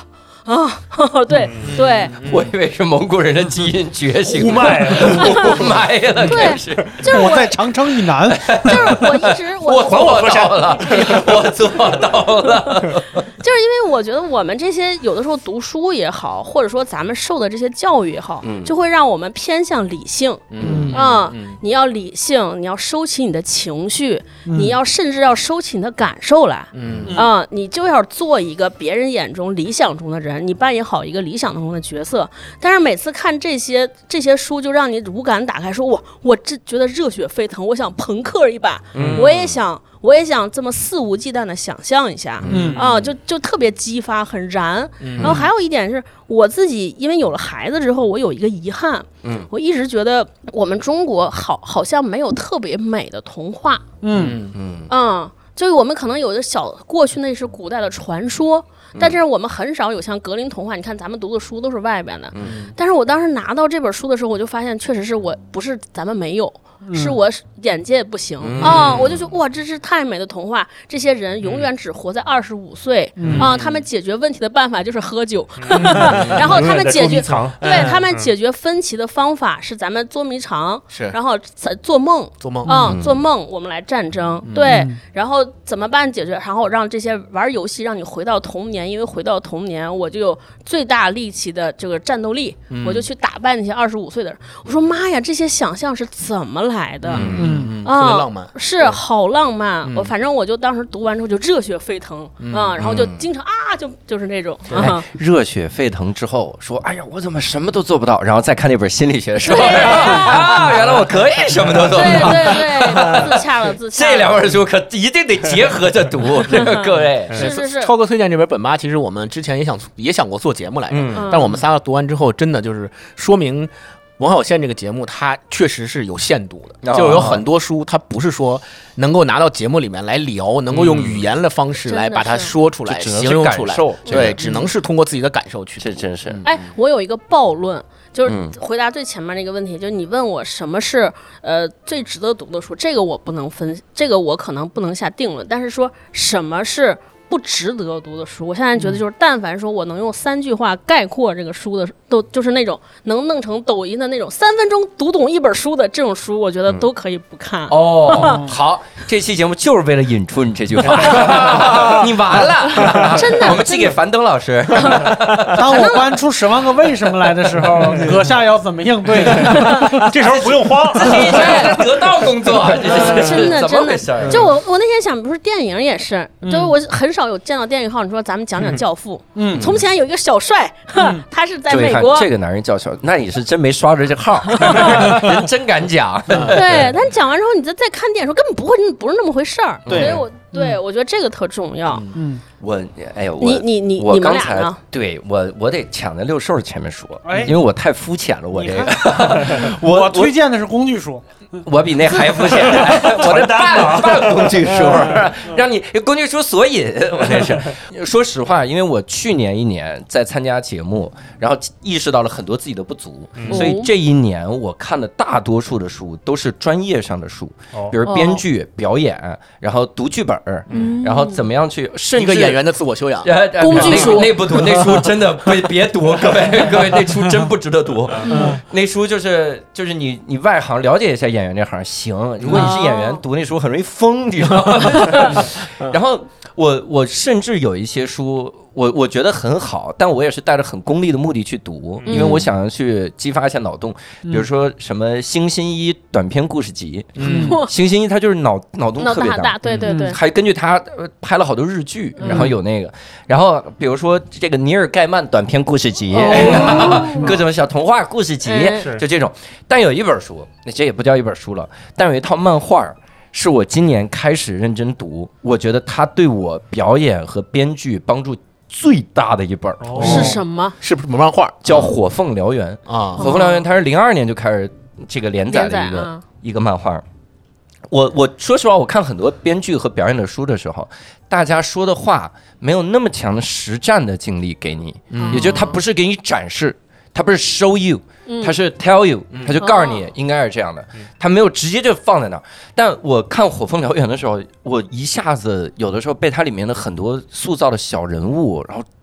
S5: 啊，对对，
S4: 我以为是蒙古人的基因觉醒，
S3: 呼麦
S4: 呼麦了，
S5: 对，
S4: 是
S5: 就是
S2: 我在长城以南，
S5: 就是我一直我
S4: 我做到了，我做到了，
S5: 就是因为我觉得我们这些有的时候读书也好，或者说咱们受的这些教育也好，嗯、就会让我们偏向理性，嗯啊、嗯嗯，你要理性，你要收起你的情绪，嗯、你要甚至要收起你的感受来，嗯啊，你就要做一个别人眼中理想中的人，你扮演好一个理想中的角色。但是每次看这些这些书，就让你五感打开，说我我这觉得热血沸腾，我想朋克一把，嗯、我也想。我也想这么肆无忌惮的想象一下，嗯啊，就就特别激发，很燃。嗯、然后还有一点是我自己，因为有了孩子之后，我有一个遗憾，嗯，我一直觉得我们中国好好像没有特别美的童话，嗯嗯嗯，就是我们可能有的小过去那是古代的传说。但是我们很少有像格林童话，你看咱们读的书都是外边的，嗯、但是我当时拿到这本书的时候，我就发现确实是我不是咱们没有，嗯、是我眼界不行啊、嗯哦！我就说哇，这是太美的童话，这些人永远只活在二十五岁啊、嗯哦！他们解决问题的办法就是喝酒，嗯、然后他们解决对他们解决分歧的方法是咱们捉迷藏，是然后做梦
S6: 做梦
S5: 啊、嗯、做梦，我们来战争，嗯、对，然后怎么办解决？然后让这些玩游戏让你回到童年。因为回到童年，我就有最大力气的这个战斗力，嗯、我就去打败那些二十五岁的人。我说妈呀，这些想象是怎么来的？
S6: 嗯嗯，特别浪漫，
S5: 是好浪漫。嗯、我反正我就当时读完之后就热血沸腾、嗯、啊，然后就经常啊，就就是那种、
S4: 嗯啊、热血沸腾之后说，哎呀，我怎么什么都做不到？然后再看那本心理学书，啊，原来我可以什么都做不到。
S5: 对对对，自洽了自洽了。
S4: 这两本书可一定得结合着读，这个各位
S5: 是是是。
S6: 超哥推荐这本本吧。其实我们之前也想也想过做节目来着，嗯、但我们仨读完之后，真的就是说明文化有限这个节目它确实是有限度的，哦、就有很多书它不是说能够拿到节目里面来聊，能够用语言的方式来把它说出来、形容出来，对，只能是通过自己的感受去。
S4: 这真是。
S5: 哎，我有一个暴论。就是回答最前面那个问题，就是你问我什么是呃最值得读的书，这个我不能分，这个我可能不能下定论。但是说什么是不值得读的书，我现在觉得就是，但凡说我能用三句话概括这个书的，都就是那种能弄成抖音的那种三分钟读懂一本书的这种书，我觉得都可以不看。
S4: 嗯、哦，好，这期节目就是为了引出你这句话，你完了，
S5: 真的，
S4: 我们寄给樊登老师。
S2: 当我搬出十万个为什么来的时候，阁下要怎么应对？
S3: 这时候不用慌，
S4: 自己得到工作，
S5: 真的真的。就我我那天想，不是电影也是，就是我很少有见到电影号，你说咱们讲讲《教父》。嗯，从前有一个小帅，嗯、他是在美国。
S4: 这个男人叫小，那你是真没刷着这号，人真敢讲。
S5: 对，但讲完之后，你再再看电影时候，根本不会，不是那么回事儿。所以我对我觉得这个特重要。嗯。
S4: 我哎呦，
S5: 你你你
S4: 我刚才
S5: 你们俩呢？
S4: 对我我得抢在六兽前面说，因为我太肤浅了，我这个
S2: 我推荐的是工具书，
S4: 我比那还肤浅，我的半半工具书，让你工具书索引，我这是。说实话，因为我去年一年在参加节目，然后意识到了很多自己的不足，嗯、所以这一年我看的大多数的书都是专业上的书，哦、比如编剧、表演，然后读剧本，嗯、然后怎么样去，甚至
S6: 一个演员的自我修养，
S5: 工具书
S4: 那不读，那书真的别别读，各位各位，那书真不值得读。嗯、那书就是就是你你外行了解一下演员这行行，如果你是演员，读那书很容易疯，你知道吗？然后我我甚至有一些书。我我觉得很好，但我也是带着很功利的目的去读，因为我想要去激发一下脑洞，嗯、比如说什么星星一短篇故事集，嗯、星星一他就是脑脑洞特别大，
S5: 大对对对，
S4: 还根据他拍了好多日剧，然后有那个，然后比如说这个尼尔盖曼短篇故事集，哦、各种小童话故事集，嗯、就这种。但有一本书，那这也不叫一本书了，但有一套漫画。是我今年开始认真读，我觉得它对我表演和编剧帮助最大的一本。
S5: 哦、是什么？
S6: 是不是漫画？
S4: 叫《火凤燎原》啊，《火凤燎原》它是零二年就开始这个连载的一个、啊、一个漫画。我我说实话，我看很多编剧和表演的书的时候，大家说的话没有那么强的实战的经历给你，嗯、也就是它不是给你展示，它不是 show you。他是 tell you， 他就告诉你应该是这样的，他没有直接就放在那儿。但我看《火凤燎原》的时候，我一下子有的时候被它里面的很多塑造的小人物，然后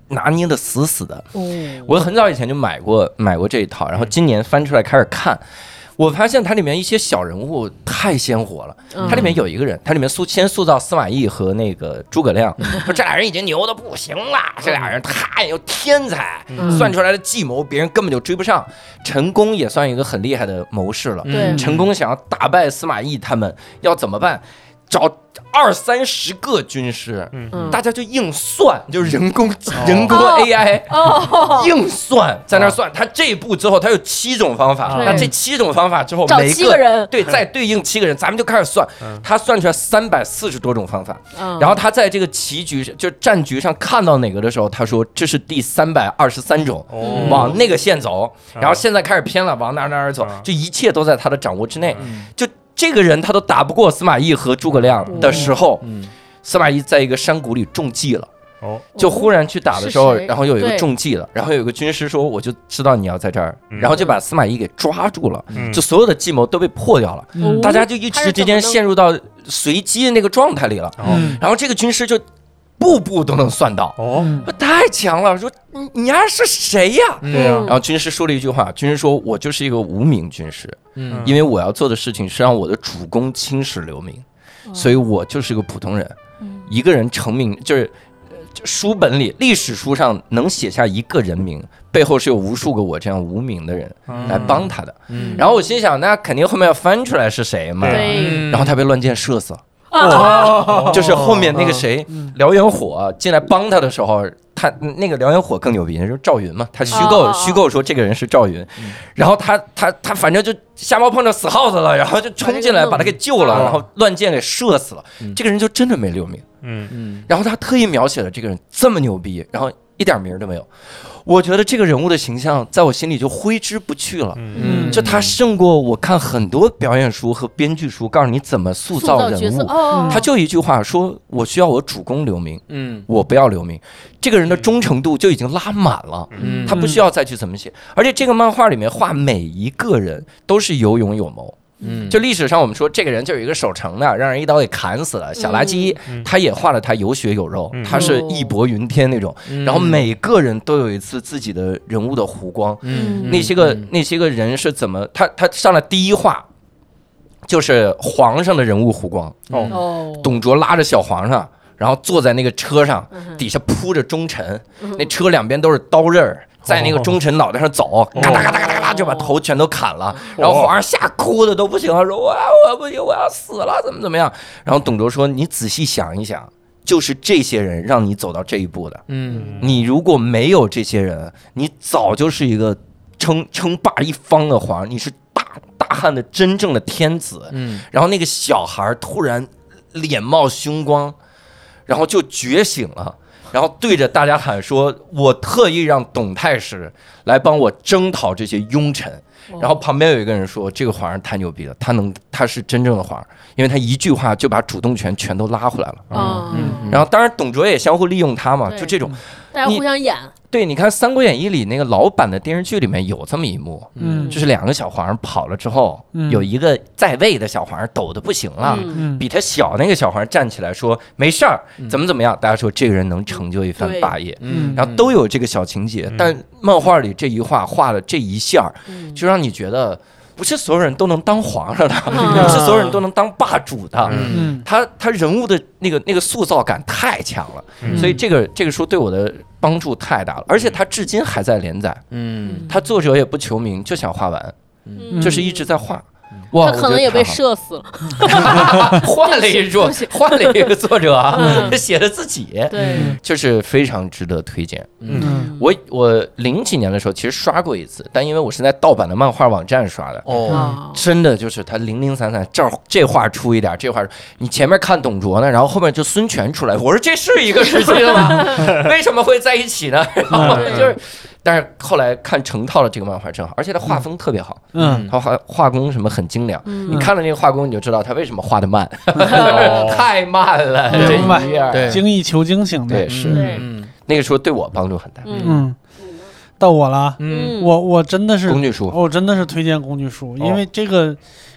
S4: 拿捏的死死的。我很早以前就买过买过这一套，然后今年翻出来开始看。我发现它里面一些小人物太鲜活了。它里面有一个人，它里面塑先塑造司马懿和那个诸葛亮，说这俩人已经牛的不行了，这俩人太有天才，算出来的计谋别人根本就追不上。陈宫也算一个很厉害的谋士了。陈宫想要打败司马懿他们，要怎么办？找二三十个军师，嗯、大家就硬算，就是人工、哦、人工 A I、哦、硬算，在那算。他这一步之后，他有七种方法，那这七种方法之后，每
S5: 个人
S4: 对再对应七个人，咱们就开始算。他算出来三百四十多种方法，嗯、然后他在这个棋局就战局上看到哪个的时候，他说这是第三百二十三种，哦、往那个线走。然后现在开始偏了，往哪哪哪走，这一切都在他的掌握之内，嗯、就。这个人他都打不过司马懿和诸葛亮的时候，嗯、司马懿在一个山谷里中计了，哦、就忽然去打的时候，然后有一个中计了，然后有个军师说我就知道你要在这儿，嗯、然后就把司马懿给抓住了，嗯、就所有的计谋都被破掉了，嗯、大家就一时之间陷入到随机的那个状态里了，嗯、然后这个军师就步步都能算到，哦，太强了，说你你丫是谁呀？对啊，然后军师说了一句话，军师说我就是一个无名军师。嗯，因为我要做的事情是让我的主公青史留名，嗯、所以我就是个普通人。嗯、一个人成名，就是书本里历史书上能写下一个人名，背后是有无数个我这样无名的人来帮他的。嗯、然后我心想，那肯定后面要翻出来是谁嘛。对。然后他被乱箭射死了。哦，就是后面那个谁，燎原火进来帮他的时候，他那个燎原火更牛逼，就是赵云嘛，他虚构虚构说这个人是赵云，然后他他他反正就瞎猫碰着死耗子了，然后就冲进来把他给救了，然后乱箭给射死了，这个人就真的没留名。嗯嗯，然后他特意描写了这个人这么牛逼，然后一点名都没有。我觉得这个人物的形象在我心里就挥之不去了，嗯，就他胜过我看很多表演书和编剧书，告诉你怎么塑造人物。哦、他就一句话说：“我需要我主公留名，嗯，我不要留名。”这个人的忠诚度就已经拉满了，嗯，他不需要再去怎么写。而且这个漫画里面画每一个人都是有勇有谋。嗯，就历史上我们说这个人就有一个守城的，让人一刀给砍死了。小垃圾，嗯、他也画了他有血有肉，嗯、他是义薄云天那种。嗯、然后每个人都有一次自己的人物的弧光。嗯，那些个那些个人是怎么？他他上了第一话，就是皇上的人物弧光。哦，董卓拉着小皇上，然后坐在那个车上，底下铺着忠臣，嗯、那车两边都是刀刃儿。在那个忠臣脑袋上走，嘎哒嘎哒嘎哒嘎就把头全都砍了，然后皇上吓哭的都不行了，说我我不行，我要死了，怎么怎么样？然后董卓说：“你仔细想一想，就是这些人让你走到这一步的。嗯，你如果没有这些人，你早就是一个称称霸一方的皇上，你是大大汉的真正的天子。嗯，然后那个小孩突然脸冒凶光，然后就觉醒了。”然后对着大家喊说：“我特意让董太师来帮我征讨这些庸臣。”然后旁边有一个人说：“这个皇上太牛逼了，他能，他是真正的皇上，因为他一句话就把主动权全都拉回来了。”嗯嗯。然后当然董卓也相互利用他嘛，就这种
S5: 大家互相演。
S4: 对，你看《三国演义》里那个老版的电视剧里面有这么一幕，嗯，就是两个小皇上跑了之后，嗯、有一个在位的小皇上抖得不行了，嗯、比他小那个小皇上站起来说没事儿，怎么怎么样，大家说这个人能成就一番霸业，嗯，然后都有这个小情节，嗯、但漫画里这一画画了这一下，嗯、就让你觉得。不是所有人都能当皇上的，嗯、不是所有人都能当霸主的。嗯、他他人物的那个那个塑造感太强了，嗯、所以这个这个书对我的帮助太大了，而且他至今还在连载。嗯，他作者也不求名，就想画完，嗯、就是一直在画。
S5: 哇，他可能也被射死了，
S4: 换了一作，换了一个作者啊，嗯、写了自己，对，就是非常值得推荐。嗯，我我零几年的时候其实刷过一次，但因为我是在盗版的漫画网站刷的，哦，真的就是他零零散散，这儿这话出一点，这话你前面看董卓呢，然后后面就孙权出来，我说这是一个时期了吗？为什么会在一起呢？然后就是。但是后来看成套的这个漫画真好，而且他画风特别好，嗯，他画画工什么很精良，嗯、你看了那个画工你就知道他为什么画得慢，哦、太慢了，这一页，
S2: 对，精益求精型的，
S4: 对，是，嗯，那个时候对我帮助很大，
S2: 嗯，到我了，嗯，我我真的是
S4: 工具书，
S2: 我真的是推荐工具书，因为这个，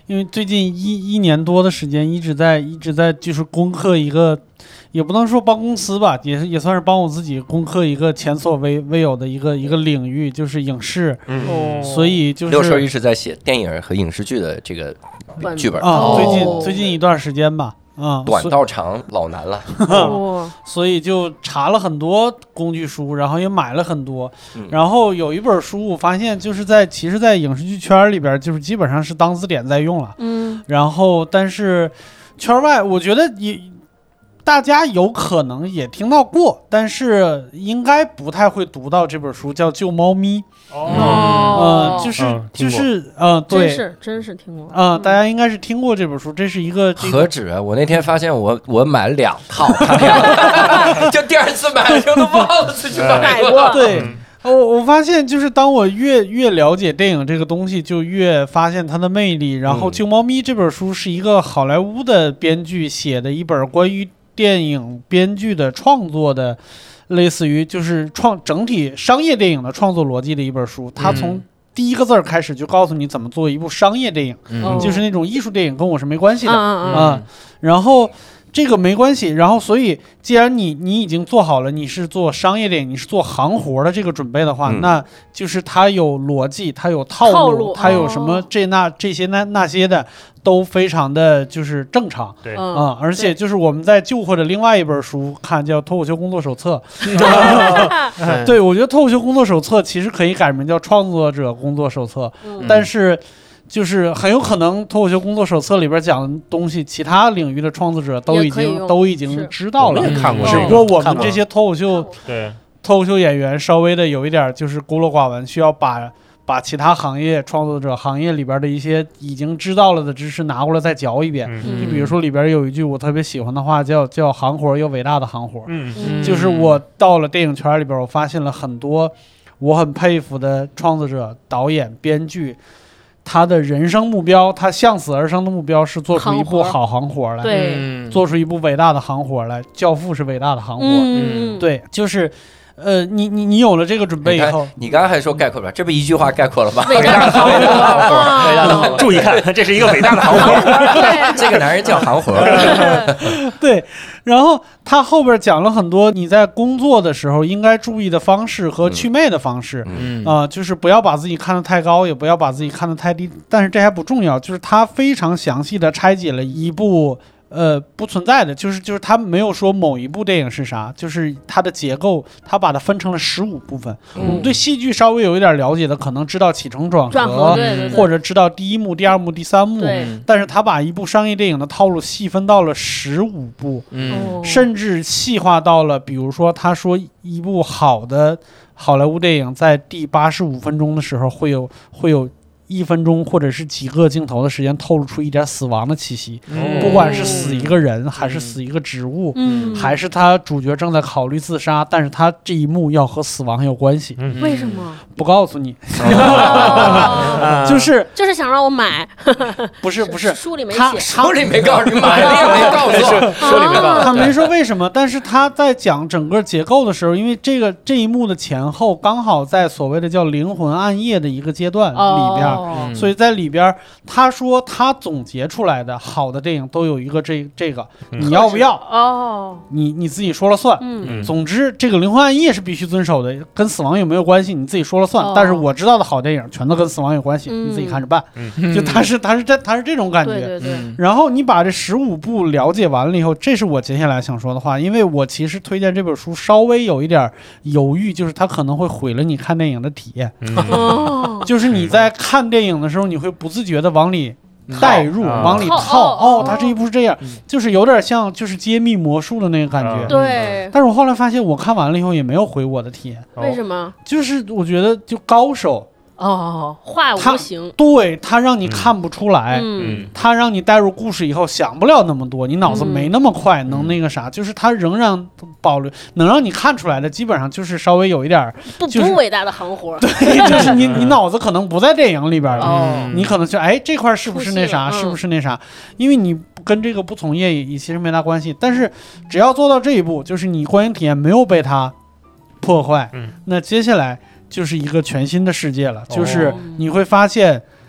S2: 因为最近一一年多的时间一直在一直在就是攻克一个，也不能说帮公司吧，也也算是帮我自己攻克一个前所未未有的一个一个领域，就是影视。
S3: 嗯，
S2: 所以就是
S4: 六兽一直在写电影和影视剧的这个剧本
S2: 啊，最近最近一段时间吧。啊、嗯，
S4: 短到长老难了，
S2: 哦、所以就查了很多工具书，然后也买了很多，嗯、然后有一本书我发现就是在其实，在影视剧圈里边，就是基本上是当字典在用了，嗯，然后但是圈外我觉得也大家有可能也听到过，但是应该不太会读到这本书，叫《救猫咪》。哦，呃，就是、嗯、就是，呃，对，
S5: 真是真是听过，
S2: 啊、呃，大家应该是听过这本书，这是一个、这个、
S4: 何止啊！我那天发现我我买了两套，就第二次买的时候都忘了自己买过。
S2: 对，我我发现就是当我越越了解电影这个东西，就越发现它的魅力。然后《救猫咪》这本书是一个好莱坞的编剧写的一本关于电影编剧的创作的。类似于就是创整体商业电影的创作逻辑的一本书，它从第一个字开始就告诉你怎么做一部商业电影，嗯、就是那种艺术电影跟我是没关系的啊、嗯嗯。然后这个没关系，然后所以既然你你已经做好了，你是做商业电影，你是做行活的这个准备的话，嗯、那就是它有逻辑，它有套路，
S5: 套路
S2: 它有什么这那这些那那些的。都非常的就是正常，
S3: 对
S2: 啊、嗯，而且就是我们在旧货的另外一本书看叫《脱口秀工作手册》，对，我觉得《脱口秀工作手册》其实可以改名叫《创作者工作手册》，嗯、但是就是很有可能《脱口秀工作手册》里边讲的东西，其他领域的创作者都已经都已经知道了，
S3: 看过，
S2: 只不过我们这些脱口秀
S3: 对
S2: 脱口秀演员稍微的有一点就是孤陋寡闻，需要把。把其他行业创作者行业里边的一些已经知道了的知识拿过来再嚼一遍，嗯、就比如说里边有一句我特别喜欢的话，叫叫行活又伟大的行活，嗯，就是我到了电影圈里边，我发现了很多我很佩服的创作者、导演、编剧，他的人生目标，他向死而生的目标是做出一部好行活来，
S5: 对，
S2: 做出一部伟大的行活来。教父是伟大的行活，
S5: 嗯，
S2: 对，就是。呃，你你你有了这个准备以后，
S4: 你刚刚还说概括了，这不一句话概括了吗？
S5: 伟大的行活，
S3: 伟大的行活，注意看，这是一个伟大的行活。
S4: 这个男人叫行活。
S2: 对，然后他后边讲了很多你在工作的时候应该注意的方式和祛魅的方式，嗯啊、呃，就是不要把自己看得太高，也不要把自己看得太低。但是这还不重要，就是他非常详细的拆解了一部。呃，不存在的，就是就是他没有说某一部电影是啥，就是它的结构，他把它分成了十五部分。嗯、我们对戏剧稍微有一点了解的，可能知道起承转合，
S5: 转合对对对
S2: 或者知道第一幕、第二幕、第三幕。但是他把一部商业电影的套路细分到了十五部，嗯，甚至细化到了，比如说他说一部好的好莱坞电影在第八十五分钟的时候会有会有。一分钟或者是几个镜头的时间透露出一点死亡的气息，嗯、不管是死一个人，还是死一个植物，嗯、还是他主角正在考虑自杀，但是他这一幕要和死亡有关系。
S5: 嗯、为什么？
S2: 不告诉你，
S5: 哦、
S2: 就是
S5: 就是想让我买。
S2: 不是不是，
S5: 书里没写，
S4: 书里没告诉你买，也没告诉我，书里没告诉
S2: 他没说为什么，但是他在讲整个结构的时候，因为这个这一幕的前后刚好在所谓的叫灵魂暗夜的一个阶段里边。哦
S5: 嗯、
S2: 所以在里边他说他总结出来的好的电影都有一个这这个、嗯、你要不要
S5: 哦
S2: 你你自己说了算，嗯，总之这个灵魂暗夜是必须遵守的，跟死亡有没有关系你自己说了算、哦、但是我知道的好电影全都跟死亡有关系、嗯、你自己看着办、嗯、就他是他是这他是这种感觉，
S5: 对对对。
S2: 然后你把这十五部了解完了以后，这是我接下来想说的话，因为我其实推荐这本书稍微有一点犹豫，就是它可能会毁了你看电影的体验、嗯、就是你在看电影的时候你会不自觉的往里带入、嗯、往里套，哦，它这一部是这样、嗯、就是有点像就是揭秘魔术的那个感觉、
S5: 嗯、对。
S2: 但是我后来发现我看完了以后也没有毁我的体验。
S5: 为什么？
S2: 就是我觉得就高手
S5: 哦，化无形，
S2: 对，他让你看不出来，嗯，他让你带入故事以后想不了那么多，你脑子没那么快、嗯、能那个啥，就是他仍然保留能让你看出来的，基本上就是稍微有一点
S5: 不、就是、不伟大的行活，
S2: 对，就是你你脑子可能不在电影里边了，哦、你可能就哎这块是不是那啥，是不是那啥，因为你跟这个不从业也其实没大关系，但是只要做到这一步，就是你观影体验没有被他破坏，嗯，那接下来。就是一个全新的世界了，就是你会发现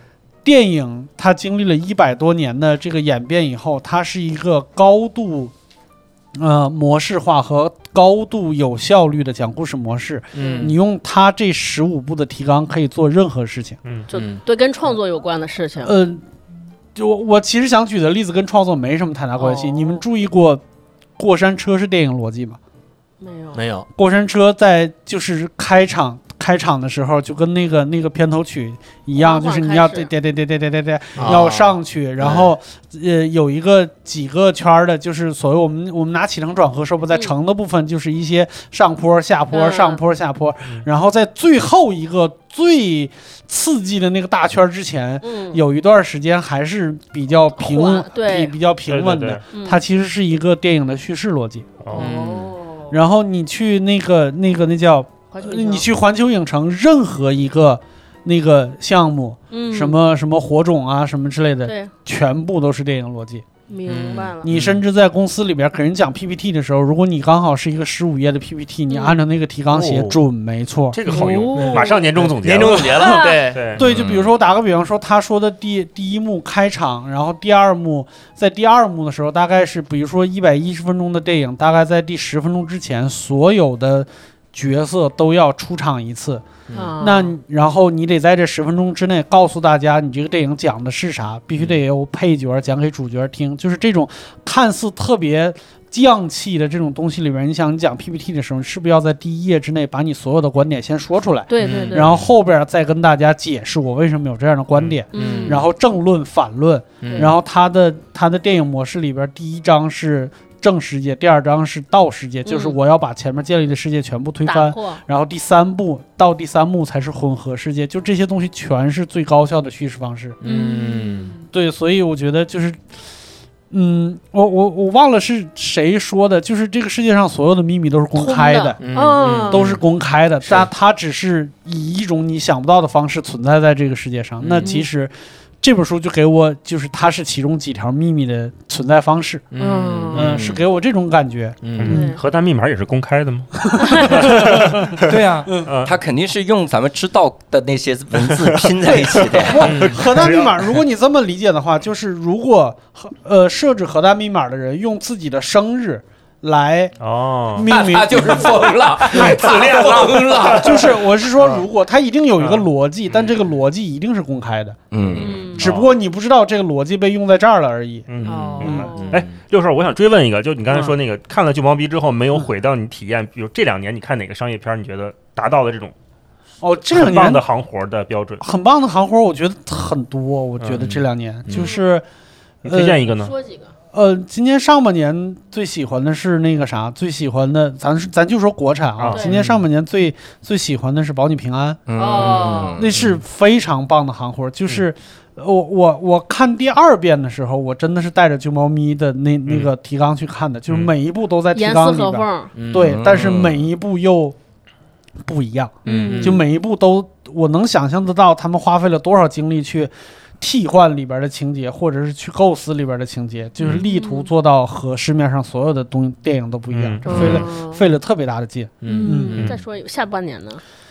S2: 电影它经历了一百多年的这个演变以后，它是一个高度呃模式化和高度有效率的讲故事模式。嗯，你用它这十五部的提纲可以做任何事情。
S5: 嗯，就对跟创作有关的事情。
S2: 嗯、呃，就我其实想举的例子跟创作没什么太大关系。哦、你们注意过过山车是电影逻辑吗？
S5: 没有，
S6: 没有。
S2: 过山车在就是开场。开场的时候就跟那个那个片头曲一样，就是你要对对对对对对对对要上去，然后呃有一个几个圈的，就是所谓我们我们拿起承转合说不在承的部分，就是一些上坡下坡上坡下坡，然后在最后一个最刺激的那个大圈之前，有一段时间还是比较平比比较平稳的，它其实是一个电影的叙事逻辑。
S5: 哦，
S2: 然后你去那个那个那叫。你去环球影城任何一个那个项目，嗯，什么什么火种啊，什么之类的，
S5: 对，
S2: 全部都是电影逻辑。
S5: 明白了。
S2: 你甚至在公司里边给人讲 P P T 的时候，如果你刚好是一个十五页的 P P T，、嗯、你按照那个提纲写、哦、准没错。
S3: 这个好用，哦、马上年终总结，
S6: 年终总结了。对
S3: 对
S2: 对，就比如说我打个比方说，他说的第第一幕开场，然后第二幕在第二幕的时候，大概是比如说一百一十分钟的电影，大概在第十分钟之前，所有的角色都要出场一次。嗯、那然后你得在这十分钟之内告诉大家你这个电影讲的是啥，必须得由配角讲给主角听。就是这种看似特别匠气的这种东西里边，你想你讲 P P T 的时候，是不是要在第一页之内把你所有的观点先说出来？
S5: 对对对。
S2: 然后后边再跟大家解释我为什么有这样的观点，
S5: 嗯、
S2: 然后正论反论。
S5: 嗯、
S2: 然后它的它的电影模式里边，第一章是正世界，第二章是倒世界，嗯、就是我要把前面建立的世界全部推翻，然后第三部到第三幕才是混合世界，就这些东西全是最高效的叙事方式。
S5: 嗯，
S2: 对，所以我觉得就是，嗯，我我我忘了是谁说的，就是这个世界上所有的秘密都是公开的，
S5: 的嗯、
S2: 都是公开的，但它只是以一种你想不到的方式存在在这个世界上。嗯、那其实。这本书就给我，就是它是其中几条秘密的存在方式，嗯嗯、呃，是给我这种感觉。
S3: 嗯，核弹密码也是公开的吗？
S4: 对呀、啊，嗯，它肯定是用咱们知道的那些文字拼在一起的。
S2: 嗯、核弹密码，如果你这么理解的话，就是如果呃设置核弹密码的人用自己的生日。来
S3: 哦，
S2: 命名
S4: 他就是疯了，太自恋了。
S2: 就是我是说，如果他一定有一个逻辑，嗯、但这个逻辑一定是公开的，
S4: 嗯，
S2: 只不过你不知道这个逻辑被用在这儿了而已。
S3: 嗯嗯，哎，六少，我想追问一个，就你刚才说那个，嗯、看了旧毛逼之后没有毁掉你体验，比如这两年你看哪个商业片，你觉得达到了这种
S2: 哦这两年
S3: 很棒的行活的标准？
S2: 很棒的行活，我觉得很多。我觉得这两年、嗯、就是，
S3: 你推荐一个呢？
S5: 说几个。
S2: 呃，今年上半年最喜欢的是那个啥，最喜欢的，咱是咱就说国产啊。今年上半年最最喜欢的是《保你平安》，
S5: 哦，
S2: 那是非常棒的行活。就是我我我看第二遍的时候，我真的是带着旧猫咪的那那个提纲去看的，就是每一部都在提纲里边，对，但是每一部又不一样，
S5: 嗯，
S2: 就每一部都我能想象得到他们花费了多少精力去。替换里边的情节，或者是去构思里边的情节，就是力图做到和市面上所有的东西电影都不一样，这、嗯、费了、嗯、费了特别大的劲。
S5: 嗯，嗯再说下半年呢？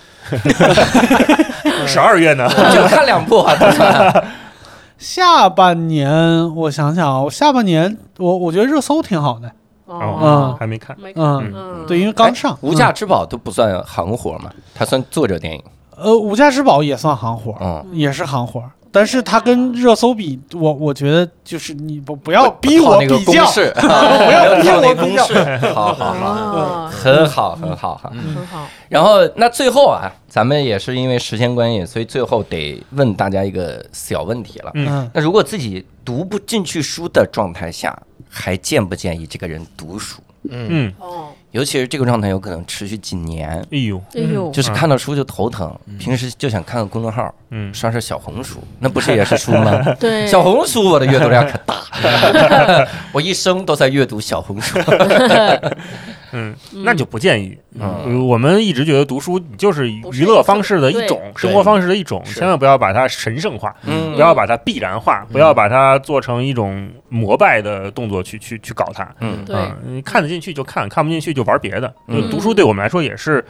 S3: 十二月呢？
S4: 就看两部啊。
S2: 下半年我想想啊，下半年我我觉得热搜挺好的。
S3: 哦，嗯，还没看。
S2: 嗯嗯，对，因为刚上。
S4: 无价之宝都不算行活嘛，它算作者电影。
S2: 呃，无价之宝也算行活，嗯，也是行活。但是它跟热搜比，我我觉得就是你不不要逼我比较，
S4: 不
S2: 要逼我比较，
S4: 好好好，很好很好哈，
S5: 很好。
S4: 然后那最后啊，咱们也是因为时间关系，所以最后得问大家一个小问题了。
S2: 嗯，
S4: 那如果自己读不进去书的状态下，还建不建议这个人读书？
S3: 嗯
S5: 哦。
S4: 尤其是这个状态有可能持续几年，
S3: 哎呦，
S5: 哎呦，
S4: 就是看到书就头疼，嗯、平时就想看看公众号，嗯，刷刷小红书，那不是也是书吗？
S5: 对，
S4: 小红书我的阅读量可大，我一生都在阅读小红书。
S3: 嗯，那就不建议。嗯，我们一直觉得读书就是娱乐方式的一种，生活方式的一种，千万不要把它神圣化，
S4: 嗯，
S3: 不要把它必然化，不要把它做成一种膜拜的动作去去去搞它。
S4: 嗯，
S5: 对，
S3: 你看得进去就看，看不进去就玩别的。读书对我们来说也是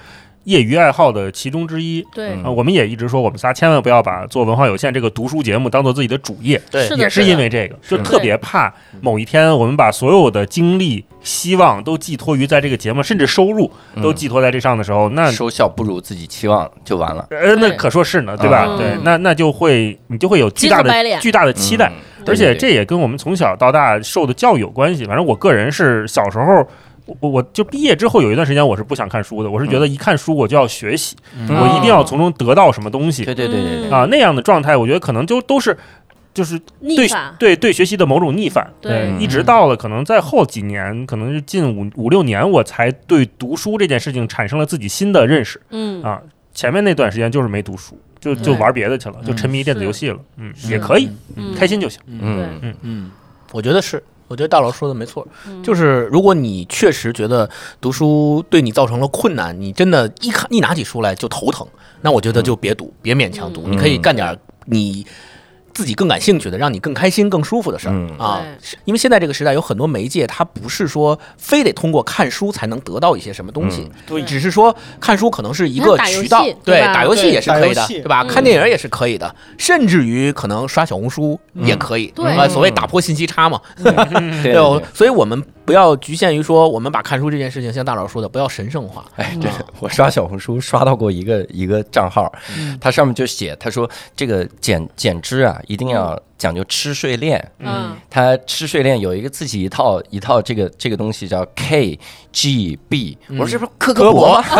S3: 业余爱好的其中之一。
S5: 对
S3: 啊，我们也一直说，我们仨千万不要把做文化有限这个读书节目当做自己的主业。
S6: 对，
S3: 也是因为这个，就特别怕某一天我们把所有的精力、希望都寄托于在这个节目，甚至收入都寄托在这上的时候，那
S4: 收效不如自己期望就完了。
S3: 呃，那可说是呢，对吧？对，那那就会你就会有巨大的巨大的期待，而且这也跟我们从小到大受的教育有关系。反正我个人是小时候。我我就毕业之后有一段时间我是不想看书的，我是觉得一看书我就要学习，嗯、我一定要从中得到什么东西。
S4: 对对对对对
S3: 啊，那样的状态，我觉得可能就都是就是对对对学习的某种逆反。
S5: 对，
S3: 一直到了可能在后几年，可能是近五五六年，我才对读书这件事情产生了自己新的认识。
S5: 嗯
S3: 啊，前面那段时间就是没读书，就就玩别的去了，就沉迷电子游戏了。嗯，也可以，开心就行。
S4: 嗯
S6: 嗯嗯，我觉得是。我觉得大佬说的没错，就是如果你确实觉得读书对你造成了困难，你真的一看一拿起书来就头疼，那我觉得就别读，别勉强读，你可以干点你自己更感兴趣的，让你更开心、更舒服的事儿、嗯、啊！因为现在这个时代有很多媒介，它不是说非得通过看书才能得到一些什么东西，对、嗯，只是说看书可能是一个渠道，对，打游戏也是可以的，对吧？嗯、看电影也是可以的，甚至于可能刷小红书也可以，
S5: 对、
S6: 嗯，所谓打破信息差嘛，
S4: 嗯、对,
S6: 对，所以我们不要局限于说我们把看书这件事情，像大佬说的，不要神圣化。
S4: 哎，对，我刷小红书刷到过一个一个账号，嗯、他上面就写，他说这个减减脂啊，一定要讲究吃睡练。嗯，他吃睡练有一个自己一套一套这个这个东西叫 K G B，、嗯、我说这不是科科博吗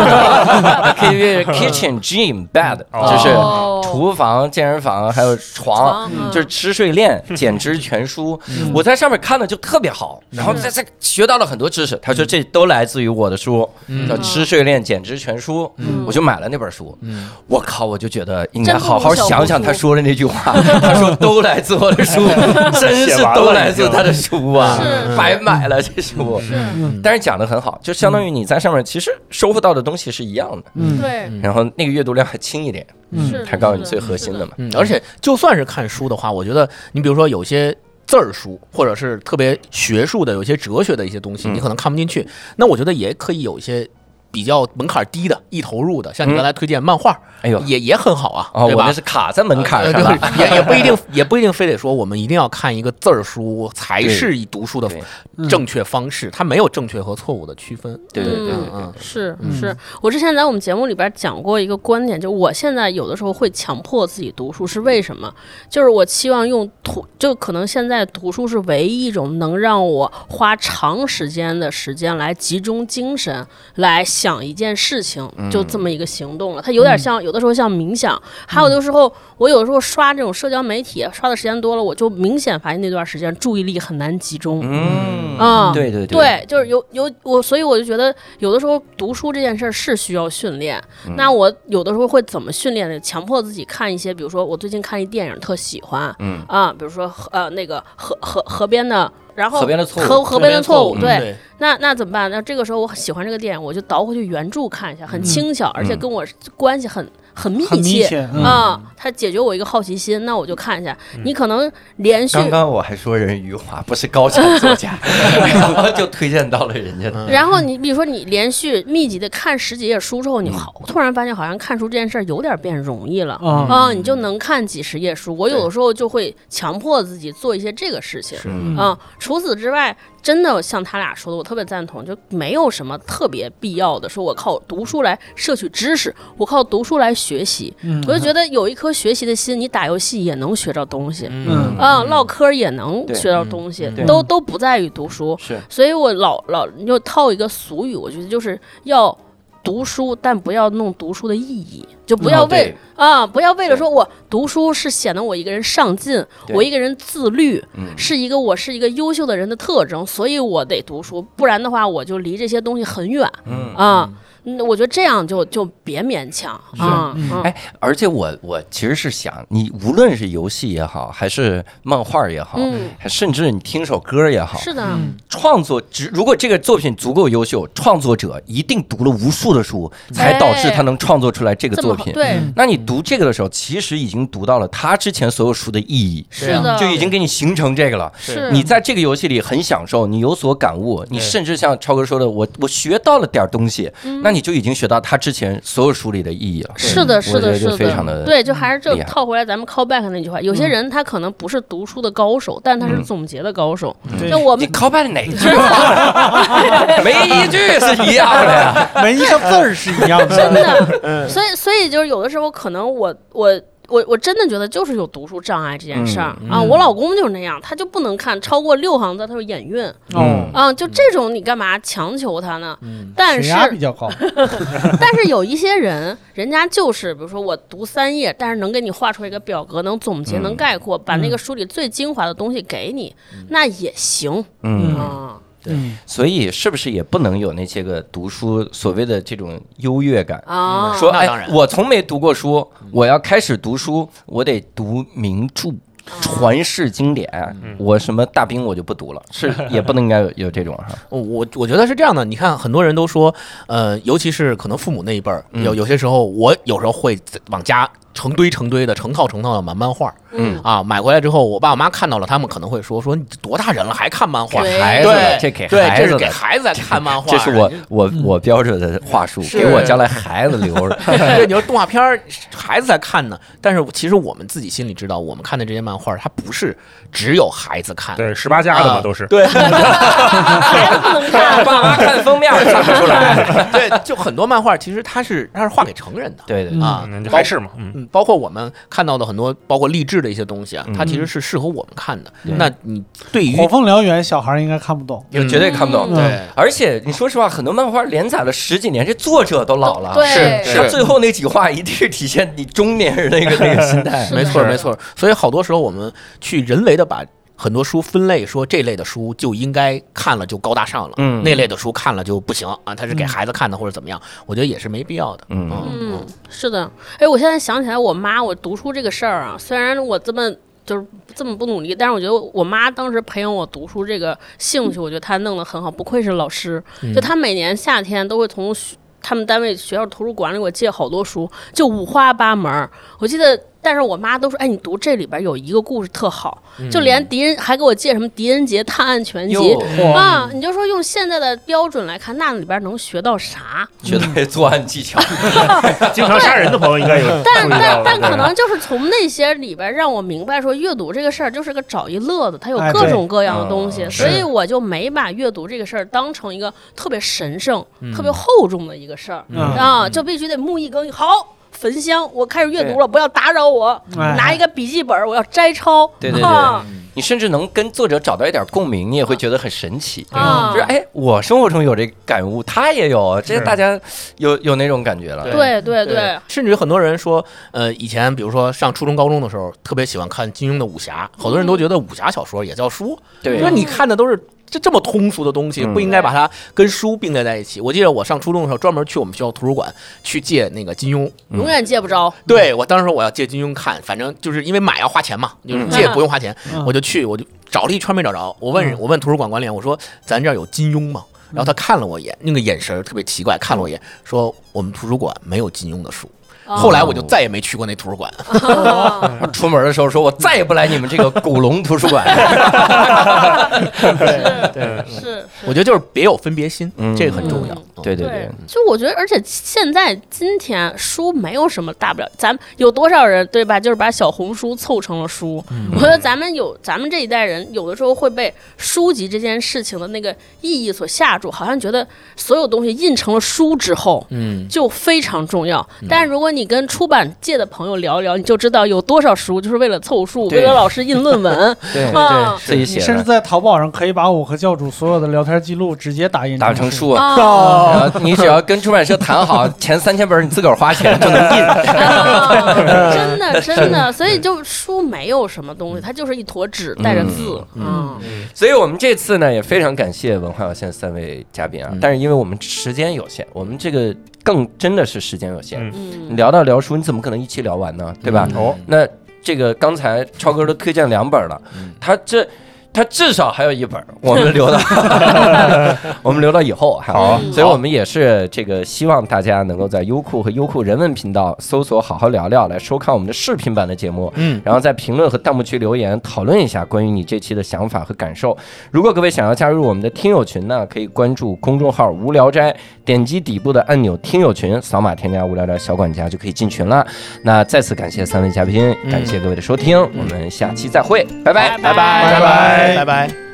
S4: ？K Kitchen Gym Bed，、哦、就是厨房、健身房还有床，嗯、就是吃睡练减脂全书。嗯、我在上面看的就特别好，然后在在学到了很多知识。他说这都来自于我的书，嗯、叫《吃睡练减脂全书》，嗯，我就买了那本书。嗯，我靠，我就觉得应该好好想想他说的那句话。他说都来自我的书，真是都来自他的书啊，白买了这书。但是讲的很好，就相当于你在上面其实收获到的东西是一样的。
S5: 嗯，对。
S4: 然后那个阅读量还轻一点，
S5: 嗯，
S4: 他告诉你最核心的嘛。
S6: 嗯，而且就算是看书的话，我觉得你比如说有些字儿书，或者是特别学术的、有些哲学的一些东西，你可能看不进去，那我觉得也可以有一些比较门槛低的、易投入的，像你刚才推荐漫画，哎呦，也也很好啊，
S4: 哦，
S6: 对吧？
S4: 我那是卡在门槛上了，
S6: 也也不一定，也不一定非得说我们一定要看一个字儿书才是以读书的正确方式，它没有正确和错误的区分。
S4: 对对对，
S5: 嗯，是是，我之前在我们节目里边讲过一个观点，就我现在有的时候会强迫自己读书，是为什么？就是我期望用读，就可能现在读书是唯一一种能让我花长时间的时间来集中精神来想一件事情，就这么一个行动了。它有点像，有的时候像冥想，还有的时候我有的时候刷这种社交媒体，刷的时间多了，我就明显发现那段时间注意力很难集中。
S4: 嗯
S5: 啊，
S4: 对对
S5: 对，对，就是有有我，所以我就觉得有的时候读书这件事是需要训练。嗯、那我有的时候会怎么训练呢？强迫自己看一些，比如说我最近看一电影特喜欢，嗯啊，比如说呃那个河河河边的。然后
S4: 河边的错误，
S5: 河河边的错误，对，
S6: 对
S5: 那那怎么办？那这个时候我喜欢这个电影，我就倒回去原著看一下，很轻巧，嗯、而且跟我关系很很密切啊、嗯，它解决我一个好奇心，那我就看一下。嗯、你可能连续，
S4: 刚刚我还说人余华不是高产作家，然后就推荐到了人家。
S5: 嗯、然后你比如说你连续密集的看十几页书之后，你好突然发现好像看书这件事儿有点变容易了啊、嗯嗯，你就能看几十页书。我有的时候就会强迫自己做一些这个事情啊。除此之外，真的像他俩说的，我特别赞同，就没有什么特别必要的，说我靠读书来摄取知识，我靠读书来学习。嗯、我就觉得有一颗学习的心，你打游戏也能学到东西，嗯啊，唠嗑也能学到东西，嗯、都都不在于读书。
S4: 是，
S5: 所以我老老就套一个俗语，我觉得就是要读书，但不要弄读书的意义，就不要为、哦、啊，不要为了说我读书是显得我一个人上进，我一个人自律，是一个我是一个优秀的人的特征，所以我得读书，不然的话我就离这些东西很远。嗯啊。嗯，我觉得这样就就别勉强啊！
S4: 哎，而且我我其实是想，你无论是游戏也好，还是漫画也好，嗯，甚至你听首歌也好，
S5: 是的，
S4: 创作只如果这个作品足够优秀，创作者一定读了无数数的书，才导致他能创作出来这个作品。
S5: 对，
S4: 那你读这个的时候，其实已经读到了他之前所有书的意义，
S5: 是的，
S4: 就已经给你形成这个了。
S5: 是，
S4: 你在这个游戏里很享受，你有所感悟，你甚至像超哥说的，我我学到了点东西，那你就已经学到他之前所有书里的意义了。
S5: 是的，是的，是的，
S4: 非常的
S5: 对，就还是就套回来咱们 call back 那句话，有些人他可能不是读书的高手，但他是总结的高手。就我们
S4: 你 call back 哪句话？没一句是一样的呀，
S2: 没一个字儿是一样的，
S5: 真的。所以，所以就是有的时候可能我我。我我真的觉得就是有读书障碍这件事儿、嗯、啊、嗯！我老公就是那样，他就不能看超过六行字，他就眼晕。
S2: 嗯
S5: 啊，就这种你干嘛强求他呢？嗯、但是
S2: 血压比较高。
S5: 但是有一些人，人家就是比如说我读三页，但是能给你画出一个表格，能总结，能概括，嗯、把那个书里最精华的东西给你，嗯、那也行。嗯啊。
S4: 对，所以是不是也不能有那些个读书所谓的这种优越感
S5: 啊？
S4: 说哎，我从没读过书，我要开始读书，我得读名著。传世经典、嗯，我什么大兵我就不读了，是也不能应该有有这种哈。
S6: 我我觉得是这样的，你看很多人都说，呃，尤其是可能父母那一辈儿，有有些时候我有时候会往家成堆成堆的、成套成套的买漫画，嗯啊，买回来之后，我爸我妈看到了，他们可能会说说你多大人了还看漫画？
S4: 孩子，这给孩子，
S6: 这是给孩子看漫画，
S4: 这是我我我标准的话术，给我将来孩子留着。
S6: 对，你说动画片孩子在看呢，但是其实我们自己心里知道，我们看的这些漫画，它不是只有孩子看，
S3: 对，十八加的嘛都是，
S6: 对，
S5: 孩子不能看，
S4: 爸妈看封面看不出来。
S6: 对，就很多漫画其实它是它是画给成人的，
S4: 对对
S6: 啊，
S3: 还是嘛，嗯。
S6: 包括我们看到的很多，包括励志的一些东西啊，它其实是适合我们看的。嗯、那你对于
S2: 火凤燎原，小孩应该看不懂，
S4: 嗯、绝对看不懂。
S6: 嗯、对，
S4: 而且你说实话，很多漫画连载了十几年，这作者都老了，
S5: 对，
S4: 是他最后那几话一定是体现你中年人那个那个心态。
S6: 没错，没错。所以好多时候我们去人为的把很多书分类，说这类的书就应该看了就高大上了，嗯，那类的书看了就不行啊，它是给孩子看的或者怎么样，我觉得也是没必要的。
S5: 嗯嗯，是的。哎，我现在想起来我妈我读书这个事儿啊，虽然我这么就是这么不努力，但是我觉得我妈当时培养我读书这个兴趣，我觉得她弄得很好，不愧是老师。就她每年夏天都会从他们单位学校图书馆里给我借好多书，就五花八门。我记得。但是我妈都说，哎，你读这里边有一个故事特好，嗯、就连狄仁还给我借什么狄仁杰探案全集啊，你就说用现在的标准来看，那里边能学到啥？
S4: 学到作案技巧，
S3: 经常杀人的朋友应该有。
S5: 但但但可能就是从那些里边让我明白说，阅读这个事儿就是个找一乐子，它有各种各样的东西，哎、所以我就没把阅读这个事儿当成一个特别神圣、嗯、特别厚重的一个事儿、嗯、啊，就必须得木一更好。焚香，我开始阅读了，不要打扰我。拿一个笔记本，我要摘抄。
S4: 对对对，啊、你甚至能跟作者找到一点共鸣，你也会觉得很神奇。啊、就是哎，我生活中有这感悟，他也有，这大家有有那种感觉了。
S5: 对对 对,
S6: 对，甚至很多人说，呃，以前比如说上初中高中的时候，特别喜欢看金庸的武侠，好多人都觉得武侠小说也叫书。对，说你看的都是。这这么通俗的东西，不应该把它跟书并列在一起。我记得我上初中的时候，专门去我们学校图书馆去借那个金庸，
S5: 永远借不着。
S6: 对，我当时说我要借金庸看，反正就是因为买要花钱嘛，就是借不用花钱，我就去，我就找了一圈没找着。我问我问图书馆管理员，我说咱这儿有金庸吗？然后他看了我一眼，那个眼神特别奇怪，看了我一眼，说我们图书馆没有金庸的书。后来我就再也没去过那图书馆。
S4: 哦、出门的时候说：“我再也不来你们这个古龙图书馆。
S6: 对”对，
S5: 是，
S6: 我觉得就是别有分别心，嗯、这个很重要。
S5: 嗯、
S4: 对对对，
S5: 就我觉得，而且现在今天书没有什么大不了，咱们有多少人对吧？就是把小红书凑成了书。嗯、我觉得咱们有咱们这一代人，有的时候会被书籍这件事情的那个意义所吓住，好像觉得所有东西印成了书之后，嗯，就非常重要。嗯、但是如果你跟出版界的朋友聊一聊，你就知道有多少书就是为了凑数，为了老师印论文。
S4: 对对，自己写。
S2: 你甚至在淘宝上可以把我和教主所有的聊天记录直接打印
S4: 打成书，
S2: 啊、
S4: 然后你只要跟出版社谈好，前三千本你自个儿花钱就能印。
S5: 啊、真的真的，所以就书没有什么东西，它就是一坨纸带着字。嗯，
S4: 嗯所以我们这次呢也非常感谢文化有限三位嘉宾啊，嗯、但是因为我们时间有限，我们这个。更真的是时间有限，嗯、聊到聊书，你怎么可能一期聊完呢？对吧？哦、嗯，那这个刚才超哥都推荐两本了，嗯、他这它至少还有一本，我们留到我们留到以后哈。好，所以我们也是这个希望大家能够在优酷和优酷人文频道搜索好好聊聊来收看我们的视频版的节目，嗯，然后在评论和弹幕区留言讨论一下关于你这期的想法和感受。如果各位想要加入我们的听友群呢，可以关注公众号无聊斋，点击底部的按钮听友群，扫码添加无聊斋小管家就可以进群了。那再次感谢三位嘉宾，感谢各位的收听，我们下期再会，拜拜，
S6: 拜拜，拜拜，拜拜。